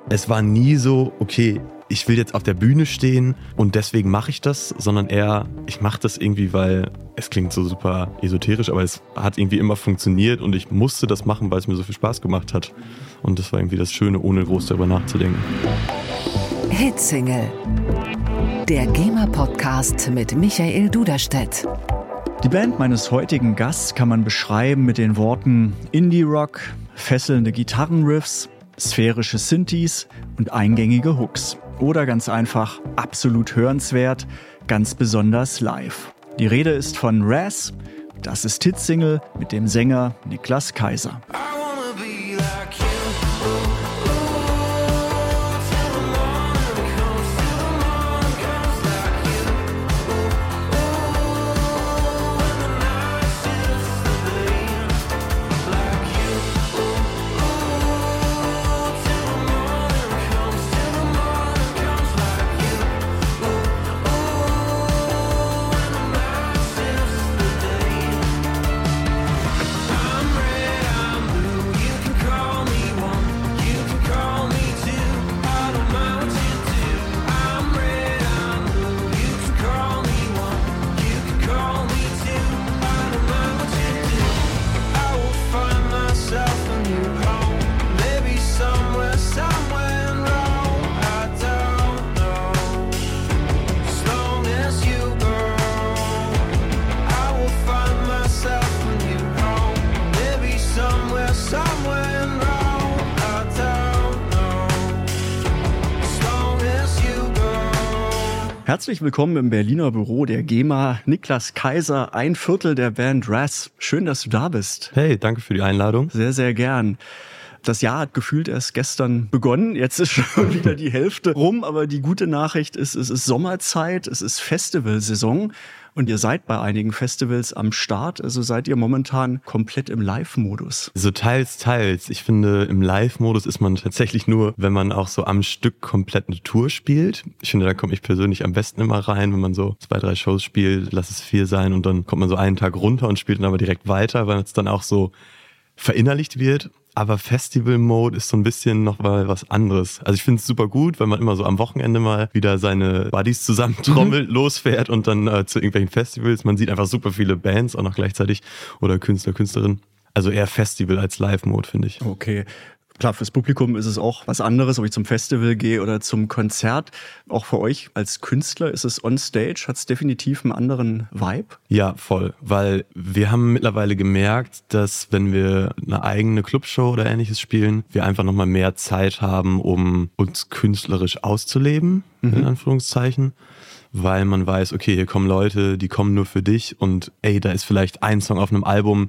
Es war nie so, okay, ich will jetzt auf der Bühne stehen und deswegen mache ich das, sondern eher, ich mache das irgendwie, weil es klingt so super esoterisch, aber es hat irgendwie immer funktioniert und ich musste das machen, weil es mir so viel Spaß gemacht hat. Und das war irgendwie das Schöne, ohne groß darüber nachzudenken. Hitsingle, der GEMA-Podcast mit Michael Duderstedt. Die Band meines heutigen Gasts kann man beschreiben mit den Worten Indie-Rock, fesselnde Gitarrenriffs, sphärische Synthes und eingängige Hooks. Oder ganz einfach absolut hörenswert, ganz besonders live. Die Rede ist von Raz, das ist Hitsingle mit dem Sänger Niklas Kaiser. Herzlich willkommen im Berliner Büro der GEMA. Niklas Kaiser, ein Viertel der Band Raz. Schön, dass du da bist. Hey, danke für die Einladung. Sehr, sehr gern. Das Jahr hat gefühlt erst gestern begonnen. Jetzt ist schon wieder die Hälfte rum. Aber die gute Nachricht ist, es ist Sommerzeit, es ist Festivalsaison. Und ihr seid bei einigen Festivals am Start, also seid ihr momentan komplett im Live-Modus? So teils. Ich finde, im Live-Modus ist man tatsächlich nur, wenn man auch so am Stück komplett eine Tour spielt. Ich finde, da komme ich persönlich am besten immer rein, wenn man so 2-3 Shows spielt, lass es 4 sein und dann kommt man so einen Tag runter und spielt dann aber direkt weiter, weil es dann auch so verinnerlicht wird. Aber Festival-Mode ist so ein bisschen noch mal was anderes. Also ich finde es super gut, wenn man immer so am Wochenende mal wieder seine Buddies zusammentrommelt, losfährt und dann zu irgendwelchen Festivals. Man sieht einfach super viele Bands auch noch gleichzeitig oder Künstler, Künstlerinnen. Also eher Festival als Live-Mode, finde ich. Okay. Klar, fürs Publikum ist es auch was anderes, ob ich zum Festival gehe oder zum Konzert. Auch für euch als Künstler ist es on stage, hat es definitiv einen anderen Vibe? Ja, voll, weil wir haben mittlerweile gemerkt, dass wenn wir eine eigene Clubshow oder ähnliches spielen, wir einfach nochmal mehr Zeit haben, um uns künstlerisch auszuleben, in Anführungszeichen. Weil man weiß, okay, hier kommen Leute, die kommen nur für dich und ey, da ist vielleicht ein Song auf einem Album,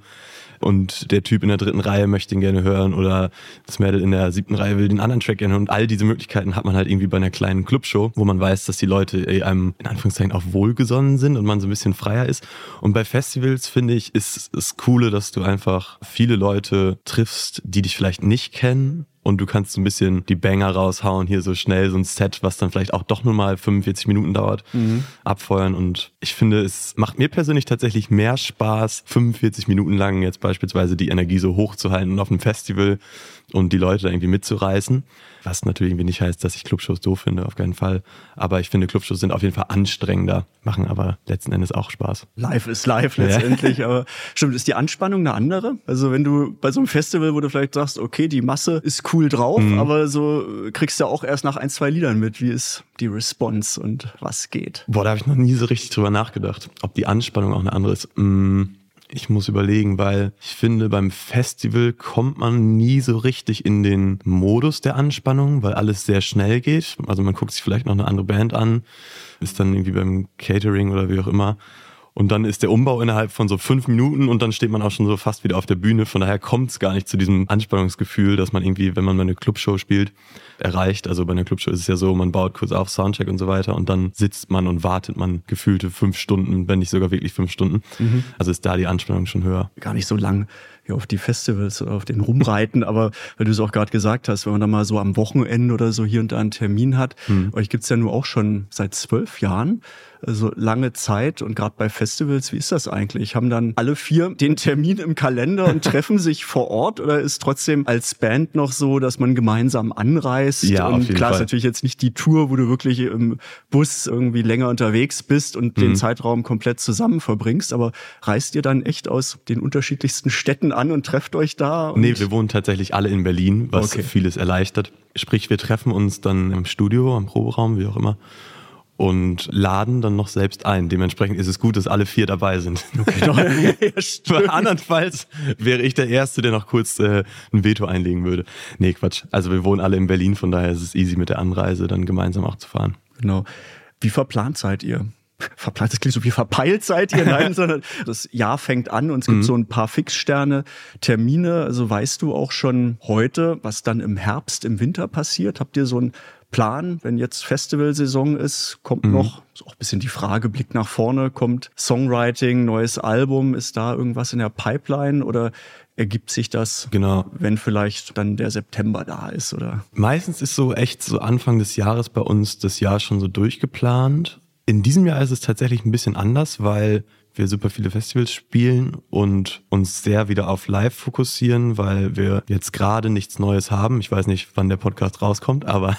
und der Typ in der 3. Reihe möchte ihn gerne hören oder das Mädel in der 7. Reihe will den anderen Track gerne hören. Und all diese Möglichkeiten hat man halt irgendwie bei einer kleinen Clubshow, wo man weiß, dass die Leute einem in Anführungszeichen auch wohlgesonnen sind und man so ein bisschen freier ist. Und bei Festivals, finde ich, ist es Coole, dass du einfach viele Leute triffst, die dich vielleicht nicht kennen. Und du kannst so ein bisschen die Banger raushauen, hier so schnell so ein Set, was dann vielleicht auch doch nur mal 45 Minuten dauert, abfeuern. Und ich finde, es macht mir persönlich tatsächlich mehr Spaß, 45 Minuten lang jetzt beispielsweise die Energie so hoch zu halten und auf einem Festival und die Leute da irgendwie mitzureißen. Was natürlich irgendwie nicht heißt, dass ich Clubshows doof finde, auf keinen Fall. Aber ich finde, Clubshows sind auf jeden Fall anstrengender, machen aber letzten Endes auch Spaß. Live ist live letztendlich, aber stimmt, ist die Anspannung eine andere? Also wenn du bei so einem Festival, wo du vielleicht sagst, okay, die Masse ist cool drauf, aber so kriegst du auch erst nach 1-2 Liedern mit, wie ist die Response und was geht? Boah, da habe ich noch nie so richtig drüber nachgedacht, ob die Anspannung auch eine andere ist. Ich muss überlegen, weil ich finde, beim Festival kommt man nie so richtig in den Modus der Anspannung, weil alles sehr schnell geht. Also man guckt sich vielleicht noch eine andere Band an, ist dann irgendwie beim Catering oder wie auch immer. Und dann ist der Umbau innerhalb von so 5 Minuten und dann steht man auch schon so fast wieder auf der Bühne. Von daher kommt es gar nicht zu diesem Anspannungsgefühl, dass man irgendwie, wenn man mal eine Clubshow spielt, erreicht. Also bei einer Clubshow ist es ja so, man baut kurz auf, Soundcheck und so weiter und dann sitzt man und wartet man gefühlte 5 Stunden, wenn nicht sogar wirklich 5 Stunden. Also ist da die Anspannung schon höher. Gar nicht so lang. auf die Festivals oder auf den rumreiten, aber weil du es auch gerade gesagt hast, wenn man da mal so am Wochenende oder so hier und da einen Termin hat, euch gibt's ja nur auch schon seit 12 Jahren, also lange Zeit, und gerade bei Festivals, wie ist das eigentlich? Haben dann alle 4 den Termin im Kalender und treffen sich vor Ort, oder ist trotzdem als Band noch so, dass man gemeinsam anreist? Ja, und auf jeden klar, Fall. ist natürlich jetzt nicht die Tour, wo du wirklich im Bus irgendwie länger unterwegs bist und den Zeitraum komplett zusammen verbringst, aber reist ihr dann echt aus den unterschiedlichsten Städten an und trefft euch da? Und Nee, wir wohnen tatsächlich alle in Berlin, was Okay. vieles erleichtert. Sprich, wir treffen uns dann im Studio, im Proberaum, wie auch immer, und laden dann noch selbst ein. Dementsprechend ist es gut, dass alle 4 dabei sind. ja, stimmt. Andernfalls wäre ich der Erste, der noch kurz ein Veto einlegen würde. Nee, Quatsch. Also wir wohnen alle in Berlin, von daher ist es easy mit der Anreise, dann gemeinsam auch zu fahren. Genau. Wie verplant seid ihr? Verplant, das klingt so wie verpeilt seid ihr, nein, sondern das Jahr fängt an und es gibt so ein paar Fixsterne, Termine. Also weißt du auch schon heute, was dann im Herbst, im Winter passiert? Habt ihr so einen Plan, wenn jetzt Festivalsaison ist, kommt noch, ist auch ein bisschen die Frage, Blick nach vorne, kommt Songwriting, neues Album, ist da irgendwas in der Pipeline oder ergibt sich das, Genau. wenn vielleicht dann der September da ist, oder? Meistens ist so echt so Anfang des Jahres bei uns das Jahr schon so durchgeplant. In diesem Jahr ist es tatsächlich ein bisschen anders, weil wir super viele Festivals spielen und uns sehr wieder auf Live fokussieren, weil wir jetzt gerade nichts Neues haben. Ich weiß nicht, wann der Podcast rauskommt, aber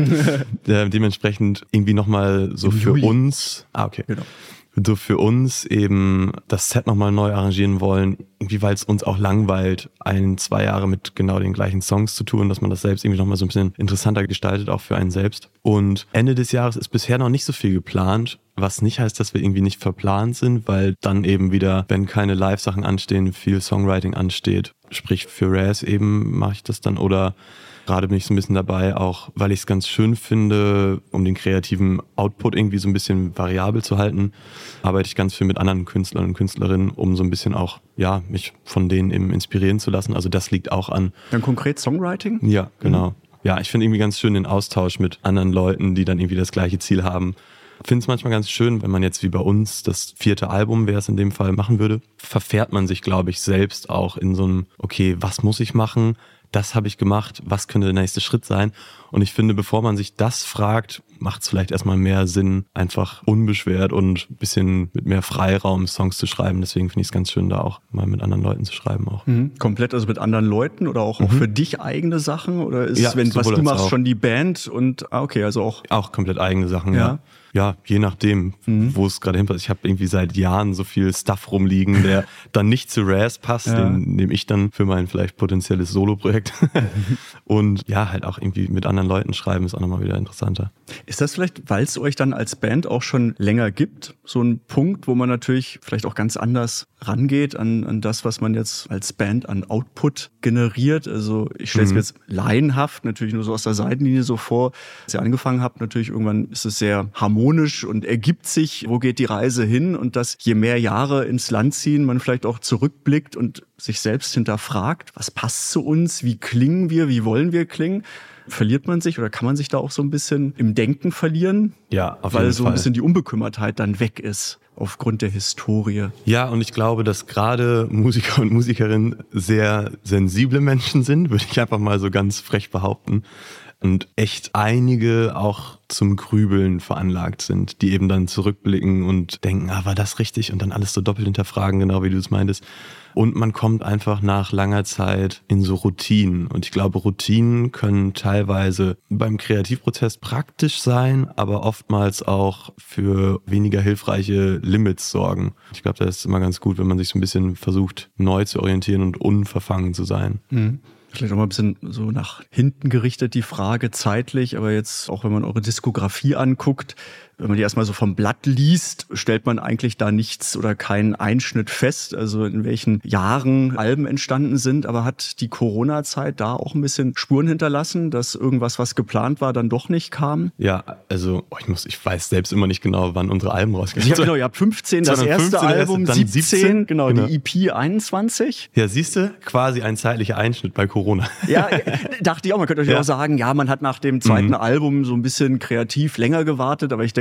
dementsprechend irgendwie nochmal so Im für Juli. uns. Okay. Genau. So für uns eben das Set nochmal neu arrangieren wollen, irgendwie weil es uns auch langweilt, 1-2 Jahre mit genau den gleichen Songs zu tun, dass man das selbst irgendwie nochmal so ein bisschen interessanter gestaltet, auch für einen selbst. Und Ende des Jahres ist bisher noch nicht so viel geplant, was nicht heißt, dass wir irgendwie nicht verplant sind, weil dann eben wieder, wenn keine Live-Sachen anstehen, viel Songwriting ansteht. Sprich für Raz eben mache ich das dann, oder gerade bin ich so ein bisschen dabei, auch weil ich es ganz schön finde, um den kreativen Output irgendwie so ein bisschen variabel zu halten, arbeite ich ganz viel mit anderen Künstlern und Künstlerinnen, um so ein bisschen auch, ja, mich von denen eben inspirieren zu lassen. Also das liegt auch an. Dann konkret Songwriting? Ja, genau. Ja, ich finde irgendwie ganz schön den Austausch mit anderen Leuten, die dann irgendwie das gleiche Ziel haben. Finde es manchmal ganz schön, wenn man jetzt wie bei uns das 4. Album, wäre es in dem Fall, machen würde, verfährt man sich, glaube ich, selbst auch in so einem, okay, was muss ich machen? Das habe ich gemacht, was könnte der nächste Schritt sein? Und ich finde, bevor man sich das fragt, macht es vielleicht erstmal mehr Sinn, einfach unbeschwert und ein bisschen mit mehr Freiraum Songs zu schreiben. Deswegen finde ich es ganz schön, da auch mal mit anderen Leuten zu schreiben auch. Komplett, also mit anderen Leuten oder auch für dich eigene Sachen? Oder ist, Ja, wenn was sowohl du als machst, auch. schon die Band und, okay, also auch. Auch komplett eigene Sachen, Ja. ja. Ja, je nachdem, wo es gerade hinpasst. Ich habe irgendwie seit Jahren so viel Stuff rumliegen, der dann nicht zu Raz passt. Ja. Den nehme ich dann für mein vielleicht potenzielles Solo-Projekt. Und ja, halt auch irgendwie mit anderen Leuten schreiben ist auch nochmal wieder interessanter. Ist das vielleicht, weil es euch dann als Band auch schon länger gibt, so ein Punkt, wo man natürlich vielleicht auch ganz anders rangeht an das, was man jetzt als Band an Output generiert? Also ich stelle es mir jetzt laienhaft, natürlich nur so aus der Seitenlinie so vor, als ihr angefangen habt, natürlich irgendwann ist es sehr harmonisch und ergibt sich, wo geht die Reise hin, und dass je mehr Jahre ins Land ziehen, man vielleicht auch zurückblickt und sich selbst hinterfragt, was passt zu uns, wie klingen wir, wie wollen wir klingen? Verliert man sich oder kann man sich da auch so ein bisschen im Denken verlieren? Ja, auf Weil jeden so Fall. ein bisschen die Unbekümmertheit dann weg ist aufgrund der Historie. Ja, und ich glaube, dass gerade Musiker und Musikerinnen sehr sensible Menschen sind, würde ich einfach mal so ganz frech behaupten. Und echt einige auch zum Grübeln veranlagt sind, die eben dann zurückblicken und denken, war das richtig? Und dann alles so doppelt hinterfragen, genau wie du es meintest. Und man kommt einfach nach langer Zeit in so Routinen. Und ich glaube, Routinen können teilweise beim Kreativprozess praktisch sein, aber oftmals auch für weniger hilfreiche Limits sorgen. Ich glaube, das ist immer ganz gut, wenn man sich so ein bisschen versucht, neu zu orientieren und unverfangen zu sein. Vielleicht auch mal ein bisschen so nach hinten gerichtet die Frage zeitlich, aber jetzt auch wenn man eure Diskografie anguckt, wenn man die erstmal so vom Blatt liest, stellt man eigentlich da nichts oder keinen Einschnitt fest, also in welchen Jahren Alben entstanden sind, aber hat die Corona-Zeit da auch ein bisschen Spuren hinterlassen, dass irgendwas, was geplant war, dann doch nicht kam? Ja, also ich weiß selbst immer nicht genau, wann unsere Alben rausgehen. Ja, genau, ihr habt 15 das 2015 erste Album, dann 17, genau, genau. die EP 21. Ja, siehst du, quasi ein zeitlicher Einschnitt bei Corona. Ja, dachte ich auch, man könnte euch Ja. auch sagen, ja, man hat nach dem zweiten Album so ein bisschen kreativ länger gewartet, aber ich denke,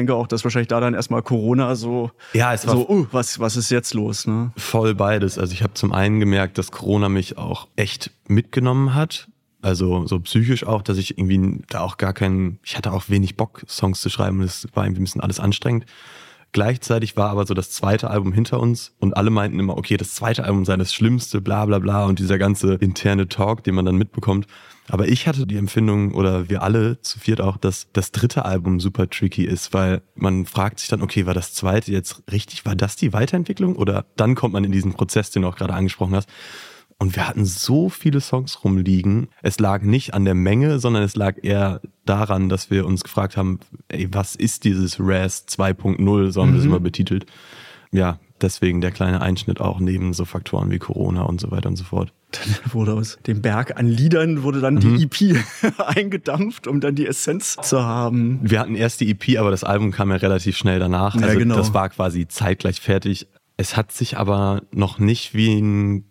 denke auch, dass wahrscheinlich da dann erstmal Corona so, ja, es war so was ist jetzt los? Ne? Voll beides. Also ich habe zum einen gemerkt, dass Corona mich auch echt mitgenommen hat. Also so psychisch auch, dass ich irgendwie da auch ich hatte auch wenig Bock, Songs zu schreiben. Das war irgendwie ein bisschen alles anstrengend. Gleichzeitig war aber so das zweite Album hinter uns und alle meinten immer, okay, das zweite Album sei das Schlimmste, bla bla bla und dieser ganze interne Talk, den man dann mitbekommt. Aber ich hatte die Empfindung, oder wir alle zu viert auch, dass das dritte Album super tricky ist, weil man fragt sich dann, okay, war das zweite jetzt richtig, war das die Weiterentwicklung? Oder dann kommt man in diesen Prozess, den du auch gerade angesprochen hast. Und wir hatten so viele Songs rumliegen. Es lag nicht an der Menge, sondern es lag eher daran, dass wir uns gefragt haben, ey, was ist dieses RAS 2.0, so haben wir das immer betitelt. Ja, deswegen der kleine Einschnitt auch neben so Faktoren wie Corona und so weiter und so fort. Dann wurde aus dem Berg an Liedern dann die EP eingedampft, um dann die Essenz zu haben. Wir hatten erst die EP, aber das Album kam ja relativ schnell danach. Also ja, genau. Das war quasi zeitgleich fertig. Es hat sich aber noch nicht wie ein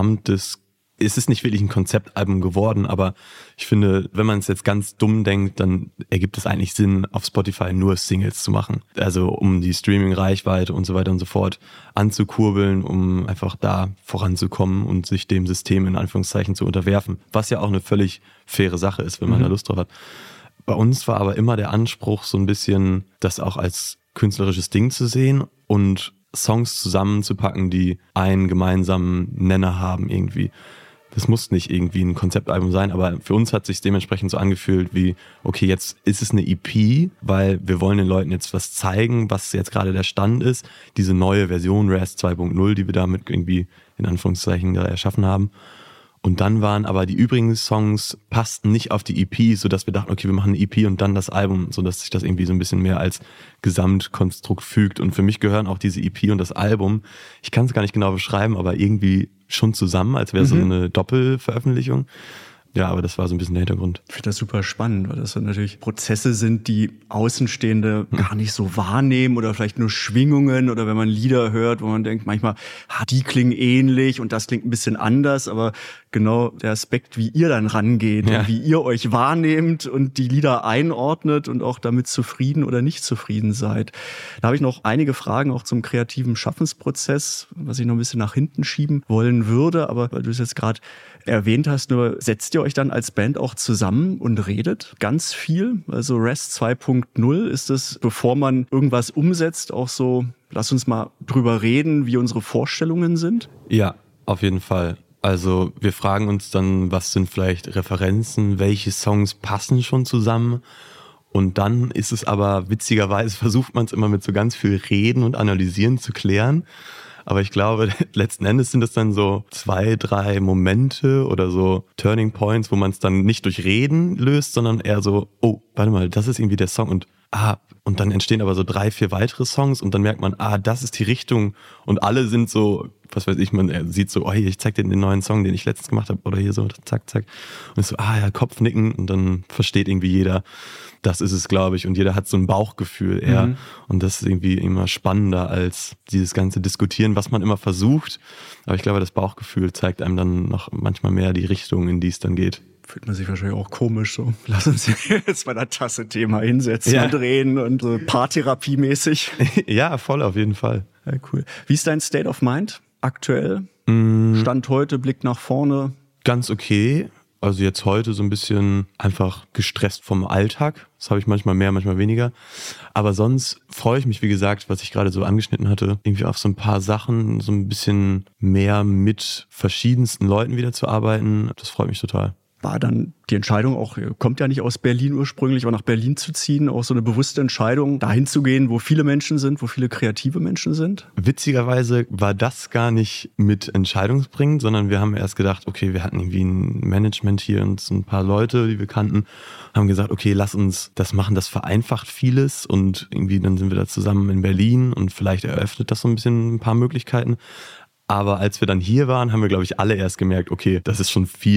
es ist nicht wirklich ein Konzeptalbum geworden, aber ich finde, wenn man es jetzt ganz dumm denkt, dann ergibt es eigentlich Sinn, auf Spotify nur Singles zu machen. Also um die Streaming-Reichweite und so weiter und so fort anzukurbeln, um einfach da voranzukommen und sich dem System in Anführungszeichen zu unterwerfen. Was ja auch eine völlig faire Sache ist, wenn man da Lust drauf hat. Bei uns war aber immer der Anspruch, so ein bisschen das auch als künstlerisches Ding zu sehen und Songs zusammenzupacken, die einen gemeinsamen Nenner haben irgendwie. Das muss nicht irgendwie ein Konzeptalbum sein, aber für uns hat es sich dementsprechend so angefühlt wie, okay, jetzt ist es eine EP, weil wir wollen den Leuten jetzt was zeigen, was jetzt gerade der Stand ist. Diese neue Version RAS 2.0, die wir damit irgendwie in Anführungszeichen da erschaffen haben. Und dann waren aber die übrigen Songs passten nicht auf die EP, sodass wir dachten, okay, wir machen eine EP und dann das Album, sodass sich das irgendwie so ein bisschen mehr als Gesamtkonstrukt fügt. Und für mich gehören auch diese EP und das Album, ich kann es gar nicht genau beschreiben, aber irgendwie schon zusammen, als wäre so eine Doppelveröffentlichung. Ja, aber das war so ein bisschen der Hintergrund. Ich finde das super spannend, weil das dann natürlich Prozesse sind, die Außenstehende gar nicht so wahrnehmen oder vielleicht nur Schwingungen oder wenn man Lieder hört, wo man denkt, manchmal, die klingen ähnlich und das klingt ein bisschen anders, aber genau der Aspekt, wie ihr dann rangeht und wie ihr euch wahrnehmt und die Lieder einordnet und auch damit zufrieden oder nicht zufrieden seid. Da habe ich noch einige Fragen auch zum kreativen Schaffensprozess, was ich noch ein bisschen nach hinten schieben wollen würde, aber weil du es jetzt gerade erwähnt hast, nur setzt ihr euch dann als Band auch zusammen und redet ganz viel? Also RAS 2.0 ist es, bevor man irgendwas umsetzt, auch so, lass uns mal drüber reden, wie unsere Vorstellungen sind? Ja, auf jeden Fall. Also wir fragen uns dann, was sind vielleicht Referenzen, welche Songs passen schon zusammen? Und dann ist es aber, witzigerweise versucht man es immer mit so ganz viel Reden und Analysieren zu klären. Aber ich glaube, letzten Endes sind es dann so 2, 3 Momente oder so Turning Points, wo man es dann nicht durch Reden löst, sondern eher so, oh, warte mal, das ist irgendwie der Song und dann entstehen aber so 3, 4 weitere Songs und dann merkt man, das ist die Richtung und alle sind so, was weiß ich, man sieht so, ich zeig dir den neuen Song, den ich letztens gemacht habe oder hier so, zack, zack und so, ja, Kopfnicken und dann versteht irgendwie jeder, das ist es, glaube ich, und jeder hat so ein Bauchgefühl eher und das ist irgendwie immer spannender als dieses ganze Diskutieren, was man immer versucht, aber ich glaube, das Bauchgefühl zeigt einem dann noch manchmal mehr die Richtung, in die es dann geht. Fühlt man sich wahrscheinlich auch komisch so. Lass uns jetzt bei der Tasse Thema hinsetzen und reden und so Paartherapie-mäßig. Ja, voll, auf jeden Fall. Ja, cool. Wie ist dein State of Mind aktuell? Stand heute, Blick nach vorne? Ganz okay. Also jetzt heute so ein bisschen einfach gestresst vom Alltag. Das habe ich manchmal mehr, manchmal weniger. Aber sonst freue ich mich, wie gesagt, was ich gerade so angeschnitten hatte, irgendwie auf so ein paar Sachen, so ein bisschen mehr mit verschiedensten Leuten wieder zu arbeiten. Das freut mich total. War dann die Entscheidung auch, kommt ja nicht aus Berlin ursprünglich, aber nach Berlin zu ziehen, auch so eine bewusste Entscheidung, dahin zu gehen, wo viele Menschen sind, wo viele kreative Menschen sind? Witzigerweise war das gar nicht mit entscheidungsbringend, sondern wir haben erst gedacht, okay, wir hatten irgendwie ein Management hier und so ein paar Leute, die wir kannten, haben gesagt, okay, lass uns das machen, das vereinfacht vieles und irgendwie dann sind wir da zusammen in Berlin und vielleicht eröffnet das so ein bisschen ein paar Möglichkeiten. Aber als wir dann hier waren, haben wir, glaube ich, alle erst gemerkt, okay, das ist schon viel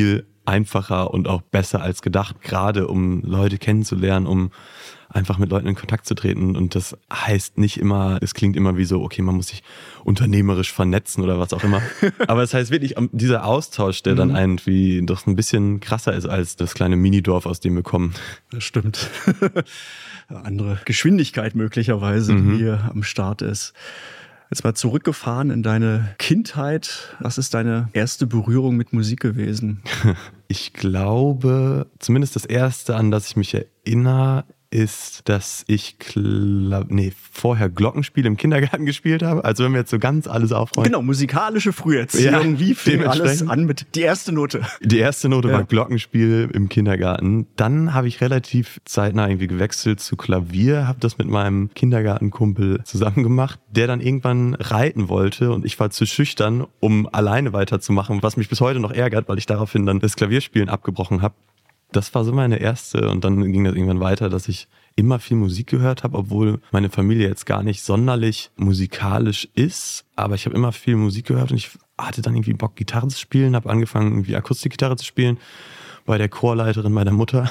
einfacher und auch besser als gedacht, gerade um Leute kennenzulernen, um einfach mit Leuten in Kontakt zu treten. Und das heißt nicht immer, es klingt immer wie so, okay, man muss sich unternehmerisch vernetzen oder was auch immer. Aber es heißt wirklich, dieser Austausch, der dann irgendwie doch ein bisschen krasser ist als das kleine Minidorf, aus dem wir kommen. Das stimmt. Andere Geschwindigkeit möglicherweise, die hier am Start ist. Jetzt mal zurückgefahren in deine Kindheit. Was ist deine erste Berührung mit Musik gewesen? Ich glaube, zumindest das erste, an das ich mich erinnere, ist, dass ich vorher Glockenspiel im Kindergarten gespielt habe. Also wenn wir jetzt so ganz alles aufräumen. Genau, musikalische Früherziehung. Wie fing alles an mit die erste Note? Die erste Note war Glockenspiel im Kindergarten. Dann habe ich relativ zeitnah irgendwie gewechselt zu Klavier, habe das mit meinem Kindergartenkumpel zusammen gemacht, der dann irgendwann reiten wollte und ich war zu schüchtern, um alleine weiterzumachen, was mich bis heute noch ärgert, weil ich daraufhin dann das Klavierspielen abgebrochen habe. Das war so meine erste und dann ging das irgendwann weiter, dass ich immer viel Musik gehört habe, obwohl meine Familie jetzt gar nicht sonderlich musikalisch ist, aber ich habe immer viel Musik gehört und ich hatte dann irgendwie Bock, Gitarre zu spielen, habe angefangen, irgendwie Akustikgitarre zu spielen bei der Chorleiterin meiner Mutter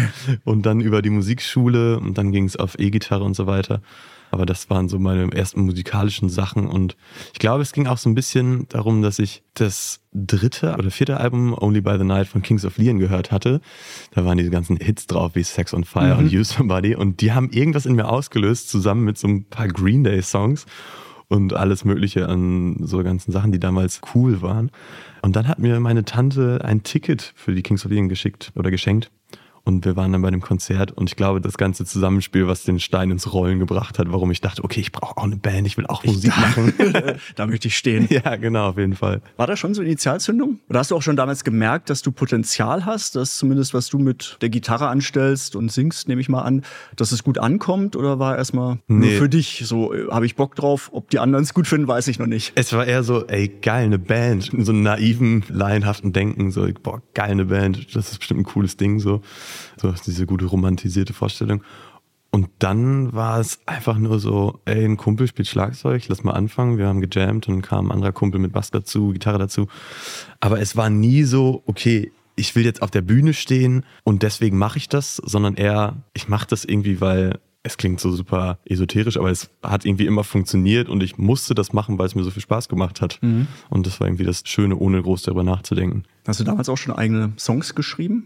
und dann über die Musikschule und dann ging es auf E-Gitarre und so weiter. Aber das waren so meine ersten musikalischen Sachen und ich glaube, es ging auch so ein bisschen darum, dass ich das 3. oder 4. Album Only by the Night von Kings of Leon gehört hatte. Da waren diese ganzen Hits drauf wie Sex on Fire und Use Somebody und die haben irgendwas in mir ausgelöst, zusammen mit so ein paar Green Day Songs und alles mögliche an so ganzen Sachen, die damals cool waren. Und dann hat mir meine Tante ein Ticket für die Kings of Leon geschickt oder geschenkt. Und wir waren dann bei dem Konzert und ich glaube, das ganze Zusammenspiel, was den Stein ins Rollen gebracht hat, warum ich dachte, okay, ich brauche auch eine Band, ich will auch Musik machen. Da möchte ich stehen. Ja, genau, auf jeden Fall. War das schon so Initialzündung? Oder hast du auch schon damals gemerkt, dass du Potenzial hast, dass zumindest, was du mit der Gitarre anstellst und singst, nehme ich mal an, dass es gut ankommt? Oder war erstmal nur für dich so, habe ich Bock drauf, ob die anderen es gut finden, weiß ich noch nicht. Es war eher so, ey, geil, eine Band. So einen naiven, laienhaften Denken, so, boah, geil, eine Band, das ist bestimmt ein cooles Ding, so diese gute romantisierte Vorstellung. Und dann war es einfach nur so, ey, ein Kumpel spielt Schlagzeug, lass mal anfangen. Wir haben gejammt und dann kam ein anderer Kumpel mit Bass dazu, Gitarre dazu. Aber es war nie so, okay, ich will jetzt auf der Bühne stehen und deswegen mache ich das, sondern eher, ich mache das irgendwie, weil es klingt so super esoterisch, aber es hat irgendwie immer funktioniert und ich musste das machen, weil es mir so viel Spaß gemacht hat. Und das war irgendwie das Schöne, ohne groß darüber nachzudenken. Hast du damals auch schon eigene Songs geschrieben?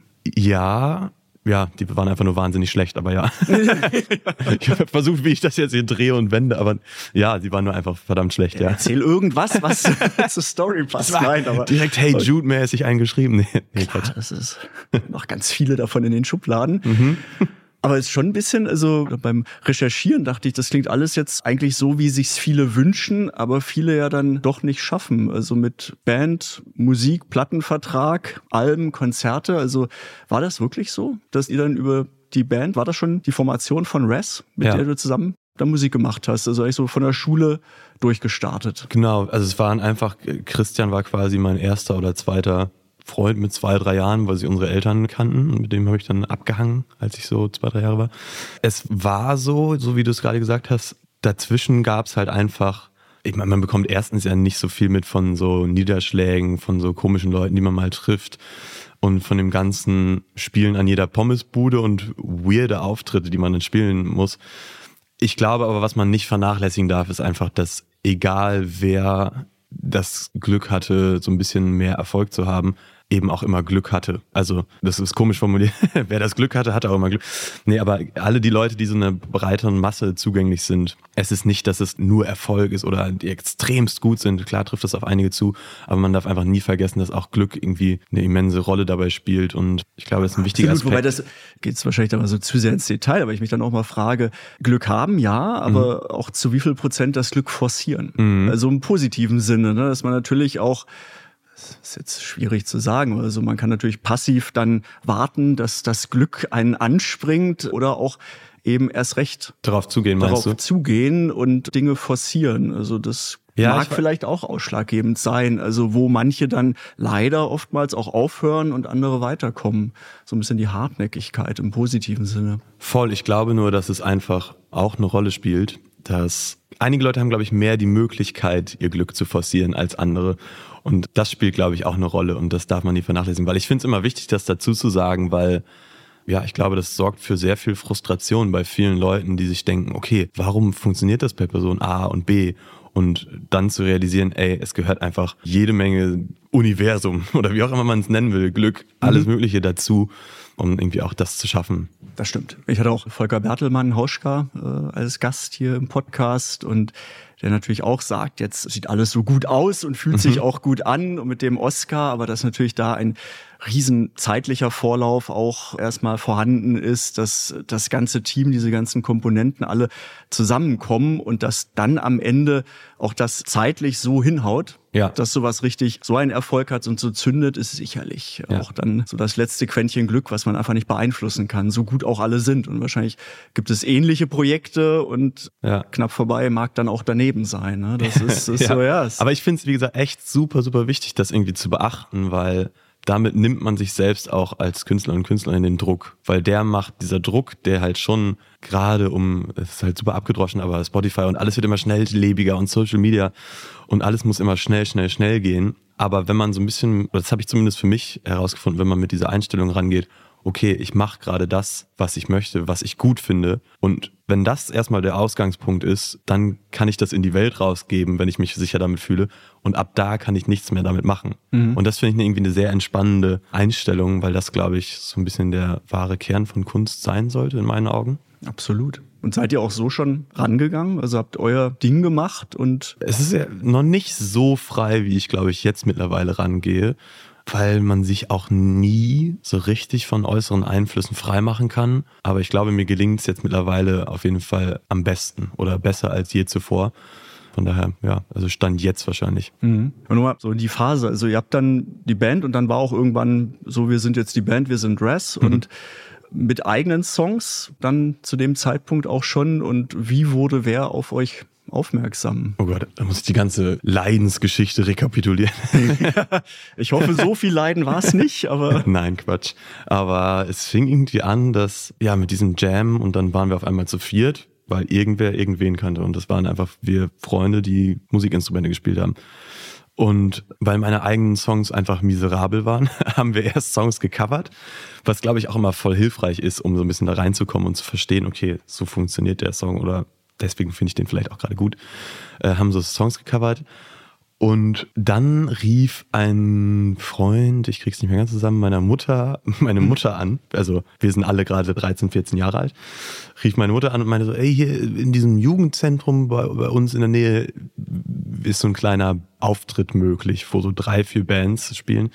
Ja, die waren einfach nur wahnsinnig schlecht, aber ja. Ich habe versucht, wie ich das jetzt hier drehe und wende, aber ja, die waren nur einfach verdammt schlecht, ja. Erzähl irgendwas, was zur Story passt. Nein, aber direkt Hey Jude-mäßig eingeschrieben. Nee, klar, das ist noch ganz viele davon in den Schubladen. Aber es ist schon ein bisschen, also beim Recherchieren dachte ich, das klingt alles jetzt eigentlich so, wie sich's viele wünschen, aber viele ja dann doch nicht schaffen. Also mit Band, Musik, Plattenvertrag, Alben, Konzerte. Also war das wirklich so, dass ihr dann über die Band, war das schon die Formation von Res, mit der du zusammen da Musik gemacht hast? Also eigentlich so von der Schule durchgestartet. Genau, also es waren einfach, Christian war quasi mein erster oder zweiter Freund mit 2, 3 Jahren, weil sie unsere Eltern kannten und mit dem habe ich dann abgehangen, als ich so 2, 3 Jahre war. Es war so wie du es gerade gesagt hast, dazwischen gab es halt einfach, ich meine, man bekommt erstens ja nicht so viel mit von so Niederschlägen, von so komischen Leuten, die man mal trifft und von dem ganzen Spielen an jeder Pommesbude und weirde Auftritte, die man dann spielen muss. Ich glaube aber, was man nicht vernachlässigen darf, ist einfach, dass egal wer das Glück hatte, so ein bisschen mehr Erfolg zu haben, eben auch immer Glück hatte. Also, das ist komisch formuliert. Wer das Glück hatte, hatte auch immer Glück. Nee, aber alle die Leute, die so einer breiteren Masse zugänglich sind, es ist nicht, dass es nur Erfolg ist oder die extremst gut sind. Klar trifft das auf einige zu, aber man darf einfach nie vergessen, dass auch Glück irgendwie eine immense Rolle dabei spielt und ich glaube, das ist ein wichtiger Aspekt. Wobei das geht wahrscheinlich dann mal so zu sehr ins Detail, aber ich mich dann auch mal frage, Glück haben, ja, aber auch zu wie viel Prozent das Glück forcieren? Also im positiven Sinne, ne? Dass man natürlich auch, das ist jetzt schwierig zu sagen, also man kann natürlich passiv dann warten, dass das Glück einen anspringt oder auch eben erst recht darauf zugehen und Dinge forcieren. Also das mag vielleicht auch ausschlaggebend sein, also wo manche dann leider oftmals auch aufhören und andere weiterkommen. So ein bisschen die Hartnäckigkeit im positiven Sinne. Voll, ich glaube nur, dass es einfach auch eine Rolle spielt, dass einige Leute haben, glaube ich, mehr die Möglichkeit, ihr Glück zu forcieren als andere. Und das spielt, glaube ich, auch eine Rolle und das darf man nie vernachlässigen. Weil ich finde es immer wichtig, das dazu zu sagen, weil ja, ich glaube, das sorgt für sehr viel Frustration bei vielen Leuten, die sich denken, okay, warum funktioniert das bei Person A und B? Und dann zu realisieren, ey, es gehört einfach jede Menge Universum oder wie auch immer man es nennen will, Glück, alles Mögliche dazu, um irgendwie auch das zu schaffen. Das stimmt. Ich hatte auch Volker Bertelmann, Hauschka, als Gast hier im Podcast und der natürlich auch sagt, jetzt sieht alles so gut aus und fühlt sich auch gut an und mit dem Oscar, aber dass natürlich da ein riesen zeitlicher Vorlauf auch erstmal vorhanden ist, dass das ganze Team, diese ganzen Komponenten alle zusammenkommen und dass dann am Ende auch das zeitlich so hinhaut, dass sowas richtig so einen Erfolg hat und so zündet, ist sicherlich auch dann so das letzte Quäntchen Glück, was man einfach nicht beeinflussen kann, so gut auch alle sind. Und wahrscheinlich gibt es ähnliche Projekte und knapp vorbei mag dann auch daneben sein. Ne? Das ist so, Aber ich finde es, wie gesagt, echt super, super wichtig, das irgendwie zu beachten, weil damit nimmt man sich selbst auch als Künstler und Künstlerin den Druck, weil dieser Druck, der halt schon gerade es ist halt super abgedroschen, aber Spotify und alles wird immer schnelllebiger und Social Media und alles muss immer schnell gehen. Aber wenn man so ein bisschen, das habe ich zumindest für mich herausgefunden, wenn man mit dieser Einstellung rangeht, okay, ich mache gerade das, was ich möchte, was ich gut finde. Und wenn das erstmal der Ausgangspunkt ist, dann kann ich das in die Welt rausgeben, wenn ich mich sicher damit fühle. Und ab da kann ich nichts mehr damit machen. Und das finde ich irgendwie eine sehr entspannende Einstellung, weil das, glaube ich, so ein bisschen der wahre Kern von Kunst sein sollte, in meinen Augen. Absolut. Und seid ihr auch so schon rangegangen? Also habt euer Ding gemacht und... Es ist ja noch nicht so frei, wie ich, glaube ich, jetzt mittlerweile rangehe, weil man sich auch nie so richtig von äußeren Einflüssen freimachen kann. Aber ich glaube, mir gelingt es jetzt mittlerweile auf jeden Fall am besten oder besser als je zuvor. Von daher, also Stand jetzt wahrscheinlich. Und nochmal so die Phase, also ihr habt dann die Band und dann war auch irgendwann so, wir sind jetzt die Band, wir sind Dress und mit eigenen Songs dann zu dem Zeitpunkt auch schon. Und wie wurde wer auf euch aufmerksam? Oh Gott, da muss ich die ganze Leidensgeschichte rekapitulieren. Ich hoffe, so viel Leiden war es nicht, aber... Nein, Quatsch. Aber es fing irgendwie an, dass, mit diesem Jam und dann waren wir auf einmal zu viert, weil irgendwer irgendwen kannte und das waren einfach wir Freunde, die Musikinstrumente gespielt haben. Und weil meine eigenen Songs einfach miserabel waren, haben wir erst Songs gecovert, was glaube ich auch immer voll hilfreich ist, um so ein bisschen da reinzukommen und zu verstehen, okay, so funktioniert der Song oder deswegen finde ich den vielleicht auch gerade gut, haben so Songs gecovert. Und dann rief ein Freund, ich krieg's nicht mehr ganz zusammen, meine Mutter an, also wir sind alle gerade 13, 14 Jahre alt, rief meine Mutter an und meinte so, ey, hier in diesem Jugendzentrum bei uns in der Nähe ist so ein kleiner Auftritt möglich, wo so 3, 4 Bands spielen.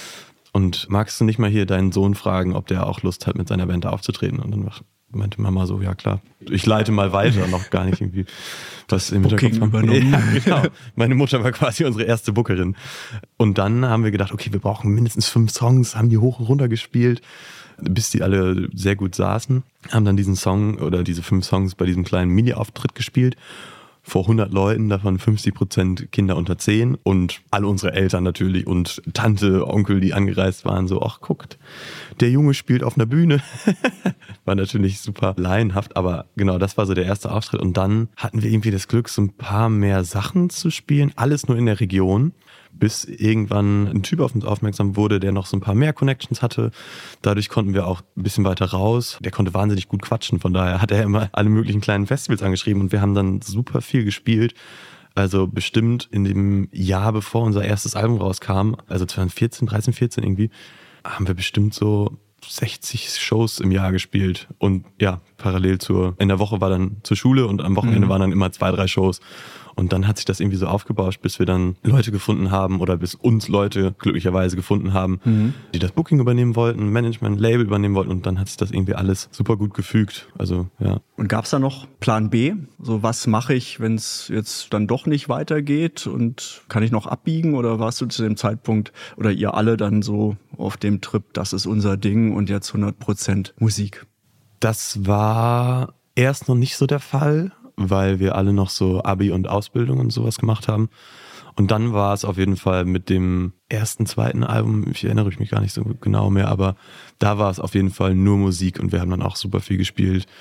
Und magst du nicht mal hier deinen Sohn fragen, ob der auch Lust hat, mit seiner Band da aufzutreten? Und dann meinte Mama so, ja klar, ich leite mal weiter, noch gar nicht irgendwie was im Hinterkopf übernommen. Ja, genau. Meine Mutter war quasi unsere erste Bookerin. Und dann haben wir gedacht, okay, wir brauchen mindestens 5 Songs, haben die hoch und runter gespielt, bis die alle sehr gut saßen, haben dann diesen Song oder diese 5 Songs bei diesem kleinen Mini-Auftritt gespielt. Vor 100 Leuten, davon 50% Kinder unter 10 und alle unsere Eltern natürlich und Tante, Onkel, die angereist waren, so, ach guckt, der Junge spielt auf einer Bühne. War natürlich super laienhaft, aber genau, das war so der erste Auftritt und dann hatten wir irgendwie das Glück, so ein paar mehr Sachen zu spielen, alles nur in der Region, bis irgendwann ein Typ auf uns aufmerksam wurde, der noch so ein paar mehr Connections hatte. Dadurch konnten wir auch ein bisschen weiter raus. Der konnte wahnsinnig gut quatschen, von daher hat er immer alle möglichen kleinen Festivals angeschrieben und wir haben dann super viel gespielt. Also bestimmt in dem Jahr, bevor unser erstes Album rauskam, also 2013, 14 irgendwie, haben wir bestimmt so 60 Shows im Jahr gespielt und parallel in der Woche war dann zur Schule und am Wochenende waren dann immer 2, 3 Shows. Und dann hat sich das irgendwie so aufgebauscht, bis wir dann Leute gefunden haben oder bis uns Leute glücklicherweise gefunden haben, die das Booking übernehmen wollten, Management, Label übernehmen wollten und dann hat sich das irgendwie alles super gut gefügt. Also, ja. Und gab es da noch Plan B? So, was mache ich, wenn es jetzt dann doch nicht weitergeht und kann ich noch abbiegen oder warst du zu dem Zeitpunkt oder ihr alle dann so auf dem Trip, das ist unser Ding und jetzt 100% Musik? Das war erst noch nicht so der Fall, weil wir alle noch so Abi und Ausbildung und sowas gemacht haben. Und dann war es auf jeden Fall mit dem ersten, zweiten Album, ich erinnere mich gar nicht so genau mehr, aber da war es auf jeden Fall nur Musik und wir haben dann auch super viel gespielt.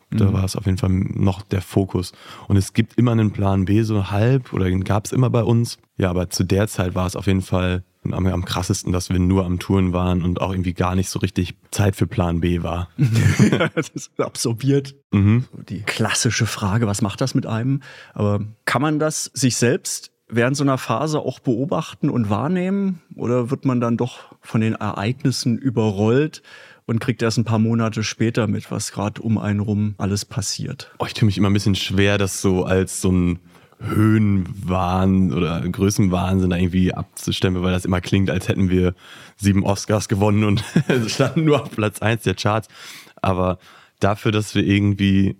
Da war es auf jeden Fall noch der Fokus. Und es gibt immer einen Plan B, so halb, oder den gab es immer bei uns. Ja, aber zu der Zeit war es auf jeden Fall am krassesten, dass wir nur am Touren waren und auch irgendwie gar nicht so richtig Zeit für Plan B war. Das ist absorbiert. Die klassische Frage, was macht das mit einem? Aber kann man das sich selbst während so einer Phase auch beobachten und wahrnehmen? Oder wird man dann doch von den Ereignissen überrollt und kriegt erst ein paar Monate später mit, was gerade um einen rum alles passiert? Ich tue mich immer ein bisschen schwer, das so als so ein Höhenwahn oder Größenwahnsinn irgendwie abzustempeln, weil das immer klingt, als hätten wir 7 Oscars gewonnen und standen nur auf Platz 1 der Charts. Aber dafür, dass wir irgendwie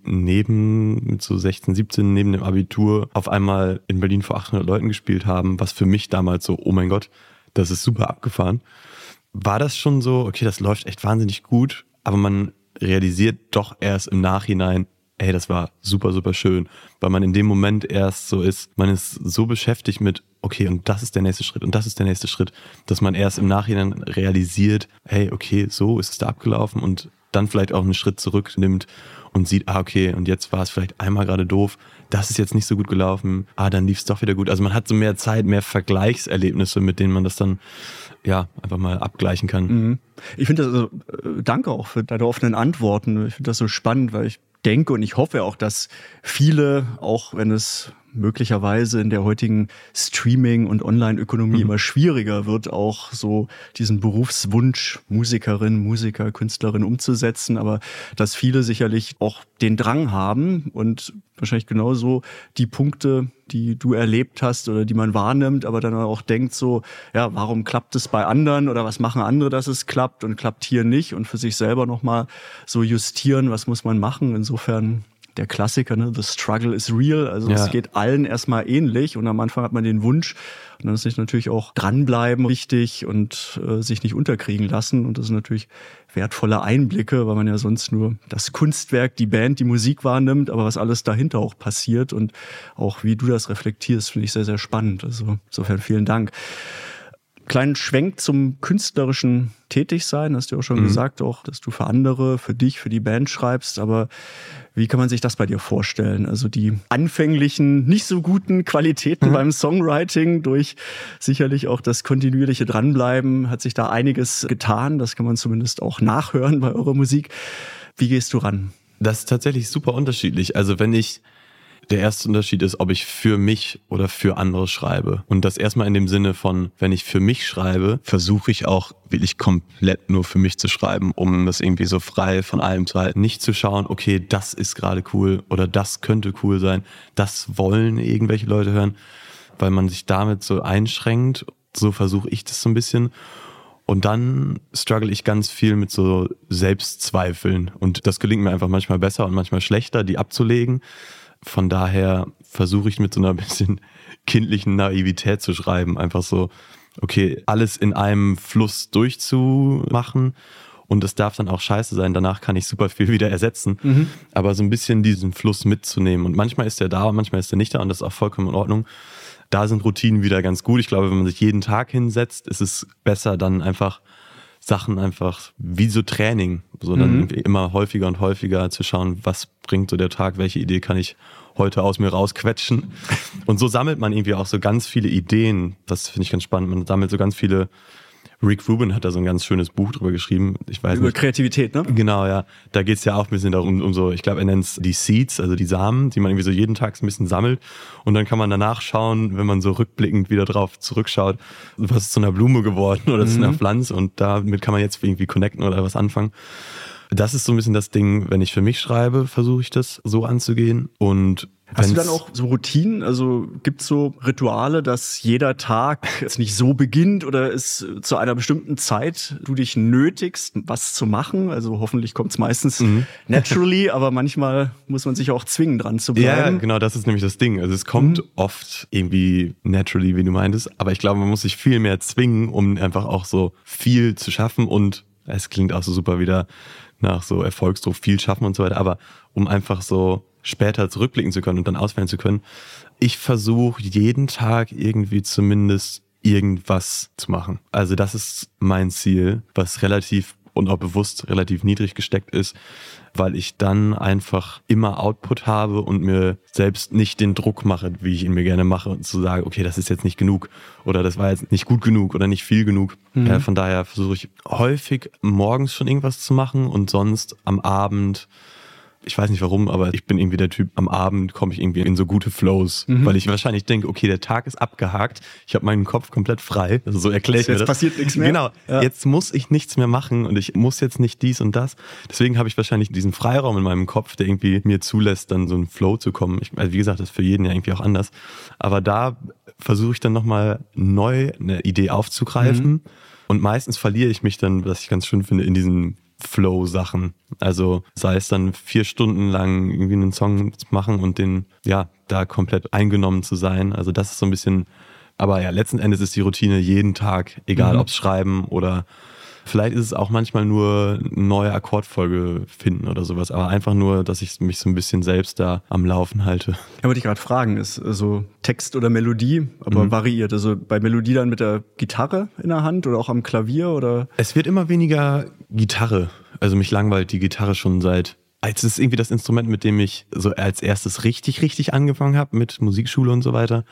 mit so 16, 17 neben dem Abitur auf einmal in Berlin vor 800 Leuten gespielt haben, was für mich damals so, oh mein Gott, das ist super abgefahren, war das schon so, okay, das läuft echt wahnsinnig gut, aber man realisiert doch erst im Nachhinein, ey, das war super, super schön, weil man in dem Moment erst so ist, man ist so beschäftigt mit, okay, und das ist der nächste Schritt und das ist der nächste Schritt, dass man erst im Nachhinein realisiert, hey, okay, so ist es da abgelaufen und dann vielleicht auch einen Schritt zurücknimmt und sieht, okay, und jetzt war es vielleicht einmal gerade doof, das ist jetzt nicht so gut gelaufen, dann lief es doch wieder gut. Also man hat so mehr Zeit, mehr Vergleichserlebnisse, mit denen man das dann einfach mal abgleichen kann. Ich finde das, danke auch für deine offenen Antworten. Ich finde das so spannend, weil ich denke und ich hoffe auch, dass viele, auch wenn es möglicherweise in der heutigen Streaming- und Online-Ökonomie immer schwieriger wird, auch so diesen Berufswunsch, Musikerin, Musiker, Künstlerin umzusetzen, aber dass viele sicherlich auch den Drang haben und wahrscheinlich genauso die Punkte, die du erlebt hast oder die man wahrnimmt, aber dann auch denkt so, ja, warum klappt es bei anderen oder was machen andere, dass es klappt und klappt hier nicht und für sich selber nochmal so justieren, was muss man machen. Insofern der Klassiker, ne? The struggle is real. Also es geht allen erstmal ähnlich und am Anfang hat man den Wunsch und dann ist sich natürlich auch dranbleiben wichtig und sich nicht unterkriegen lassen und das sind natürlich wertvolle Einblicke, weil man ja sonst nur das Kunstwerk, die Band, die Musik wahrnimmt, aber was alles dahinter auch passiert und auch wie du das reflektierst, finde ich sehr, sehr spannend. Also insofern vielen Dank. Kleinen Schwenk zum künstlerischen Tätigsein, hast du ja auch schon gesagt, auch, dass du für andere, für dich, für die Band schreibst, aber wie kann man sich das bei dir vorstellen? Also die anfänglichen, nicht so guten Qualitäten beim Songwriting durch sicherlich auch das kontinuierliche Dranbleiben, hat sich da einiges getan, das kann man zumindest auch nachhören bei eurer Musik. Wie gehst du ran? Das ist tatsächlich super unterschiedlich. Also der erste Unterschied ist, ob ich für mich oder für andere schreibe. Und das erstmal in dem Sinne von, wenn ich für mich schreibe, versuche ich auch wirklich komplett nur für mich zu schreiben, um das irgendwie so frei von allem zu halten. Nicht zu schauen, okay, das ist gerade cool oder das könnte cool sein, das wollen irgendwelche Leute hören, weil man sich damit so einschränkt. So versuche ich das so ein bisschen. Und dann struggle ich ganz viel mit so Selbstzweifeln. Und das gelingt mir einfach manchmal besser und manchmal schlechter, die abzulegen. Von daher versuche ich mit so einer bisschen kindlichen Naivität zu schreiben. Einfach so, okay, alles in einem Fluss durchzumachen und es darf dann auch scheiße sein. Danach kann ich super viel wieder ersetzen. Aber so ein bisschen diesen Fluss mitzunehmen. Und manchmal ist der da und manchmal ist der nicht da und das ist auch vollkommen in Ordnung. Da sind Routinen wieder ganz gut. Ich glaube, wenn man sich jeden Tag hinsetzt, ist es besser, dann einfach Sachen einfach wie so Training, so dann immer häufiger und häufiger zu schauen, was bringt so der Tag, welche Idee kann ich heute aus mir rausquetschen. Und so sammelt man irgendwie auch so ganz viele Ideen. Das finde ich ganz spannend. Man sammelt so ganz viele. Rick Rubin hat da so ein ganz schönes Buch drüber geschrieben. Ich weiß über nicht. Kreativität, ne? Genau, ja. Da geht's ja auch ein bisschen darum, um so, ich glaube, er nennt es die Seeds, also die Samen, die man irgendwie so jeden Tag ein bisschen sammelt. Und dann kann man danach schauen, wenn man so rückblickend wieder drauf zurückschaut, was ist zu einer Blume geworden oder zu einer Pflanze. Und damit kann man jetzt irgendwie connecten oder was anfangen. Das ist so ein bisschen das Ding, wenn ich für mich schreibe, versuche ich das so anzugehen. Und hast du dann auch so Routinen? Also gibt es so Rituale, dass jeder Tag jetzt nicht so beginnt oder es zu einer bestimmten Zeit du dich nötigst, was zu machen? Also hoffentlich kommt es meistens naturally, aber manchmal muss man sich auch zwingen, dran zu bleiben. Ja, genau, das ist nämlich das Ding. Also es kommt oft irgendwie naturally, wie du meintest, aber ich glaube, man muss sich viel mehr zwingen, um einfach auch so viel zu schaffen und es klingt auch so super wieder nach so Erfolgsdruck, viel schaffen und so weiter, aber um einfach so später zurückblicken zu können und dann auswählen zu können. Ich versuche jeden Tag irgendwie zumindest irgendwas zu machen. Also das ist mein Ziel, was relativ und auch bewusst relativ niedrig gesteckt ist, weil ich dann einfach immer Output habe und mir selbst nicht den Druck mache, wie ich ihn mir gerne mache, und zu sagen, okay, das ist jetzt nicht genug oder das war jetzt nicht gut genug oder nicht viel genug. Von daher versuche ich häufig morgens schon irgendwas zu machen und sonst am Abend. Ich weiß nicht warum, aber ich bin irgendwie der Typ, am Abend komme ich irgendwie in so gute Flows, weil ich wahrscheinlich denke, okay, der Tag ist abgehakt, ich habe meinen Kopf komplett frei, also so erkläre ich mir das. Jetzt passiert nichts mehr. Genau, Jetzt muss ich nichts mehr machen und ich muss jetzt nicht dies und das. Deswegen habe ich wahrscheinlich diesen Freiraum in meinem Kopf, der irgendwie mir zulässt, dann so einen Flow zu kommen. Also wie gesagt, das ist für jeden ja irgendwie auch anders. Aber da versuche ich dann nochmal neu eine Idee aufzugreifen und meistens verliere ich mich dann, was ich ganz schön finde, in diesen Flow-Sachen. Also sei es dann 4 Stunden lang irgendwie einen Song zu machen und den, da komplett eingenommen zu sein. Also das ist so ein bisschen, aber ja, letzten Endes ist die Routine jeden Tag, egal ob es Schreiben oder vielleicht ist es auch manchmal nur eine neue Akkordfolge finden oder sowas, aber einfach nur, dass ich mich so ein bisschen selbst da am Laufen halte. Ja, wollte ich gerade fragen, ist so Text oder Melodie, aber variiert? Also bei Melodie dann mit der Gitarre in der Hand oder auch am Klavier oder? Es wird immer weniger Gitarre. Also mich langweilt die Gitarre schon seit. Es ist irgendwie das Instrument, mit dem ich so als erstes richtig angefangen habe mit Musikschule und so weiter.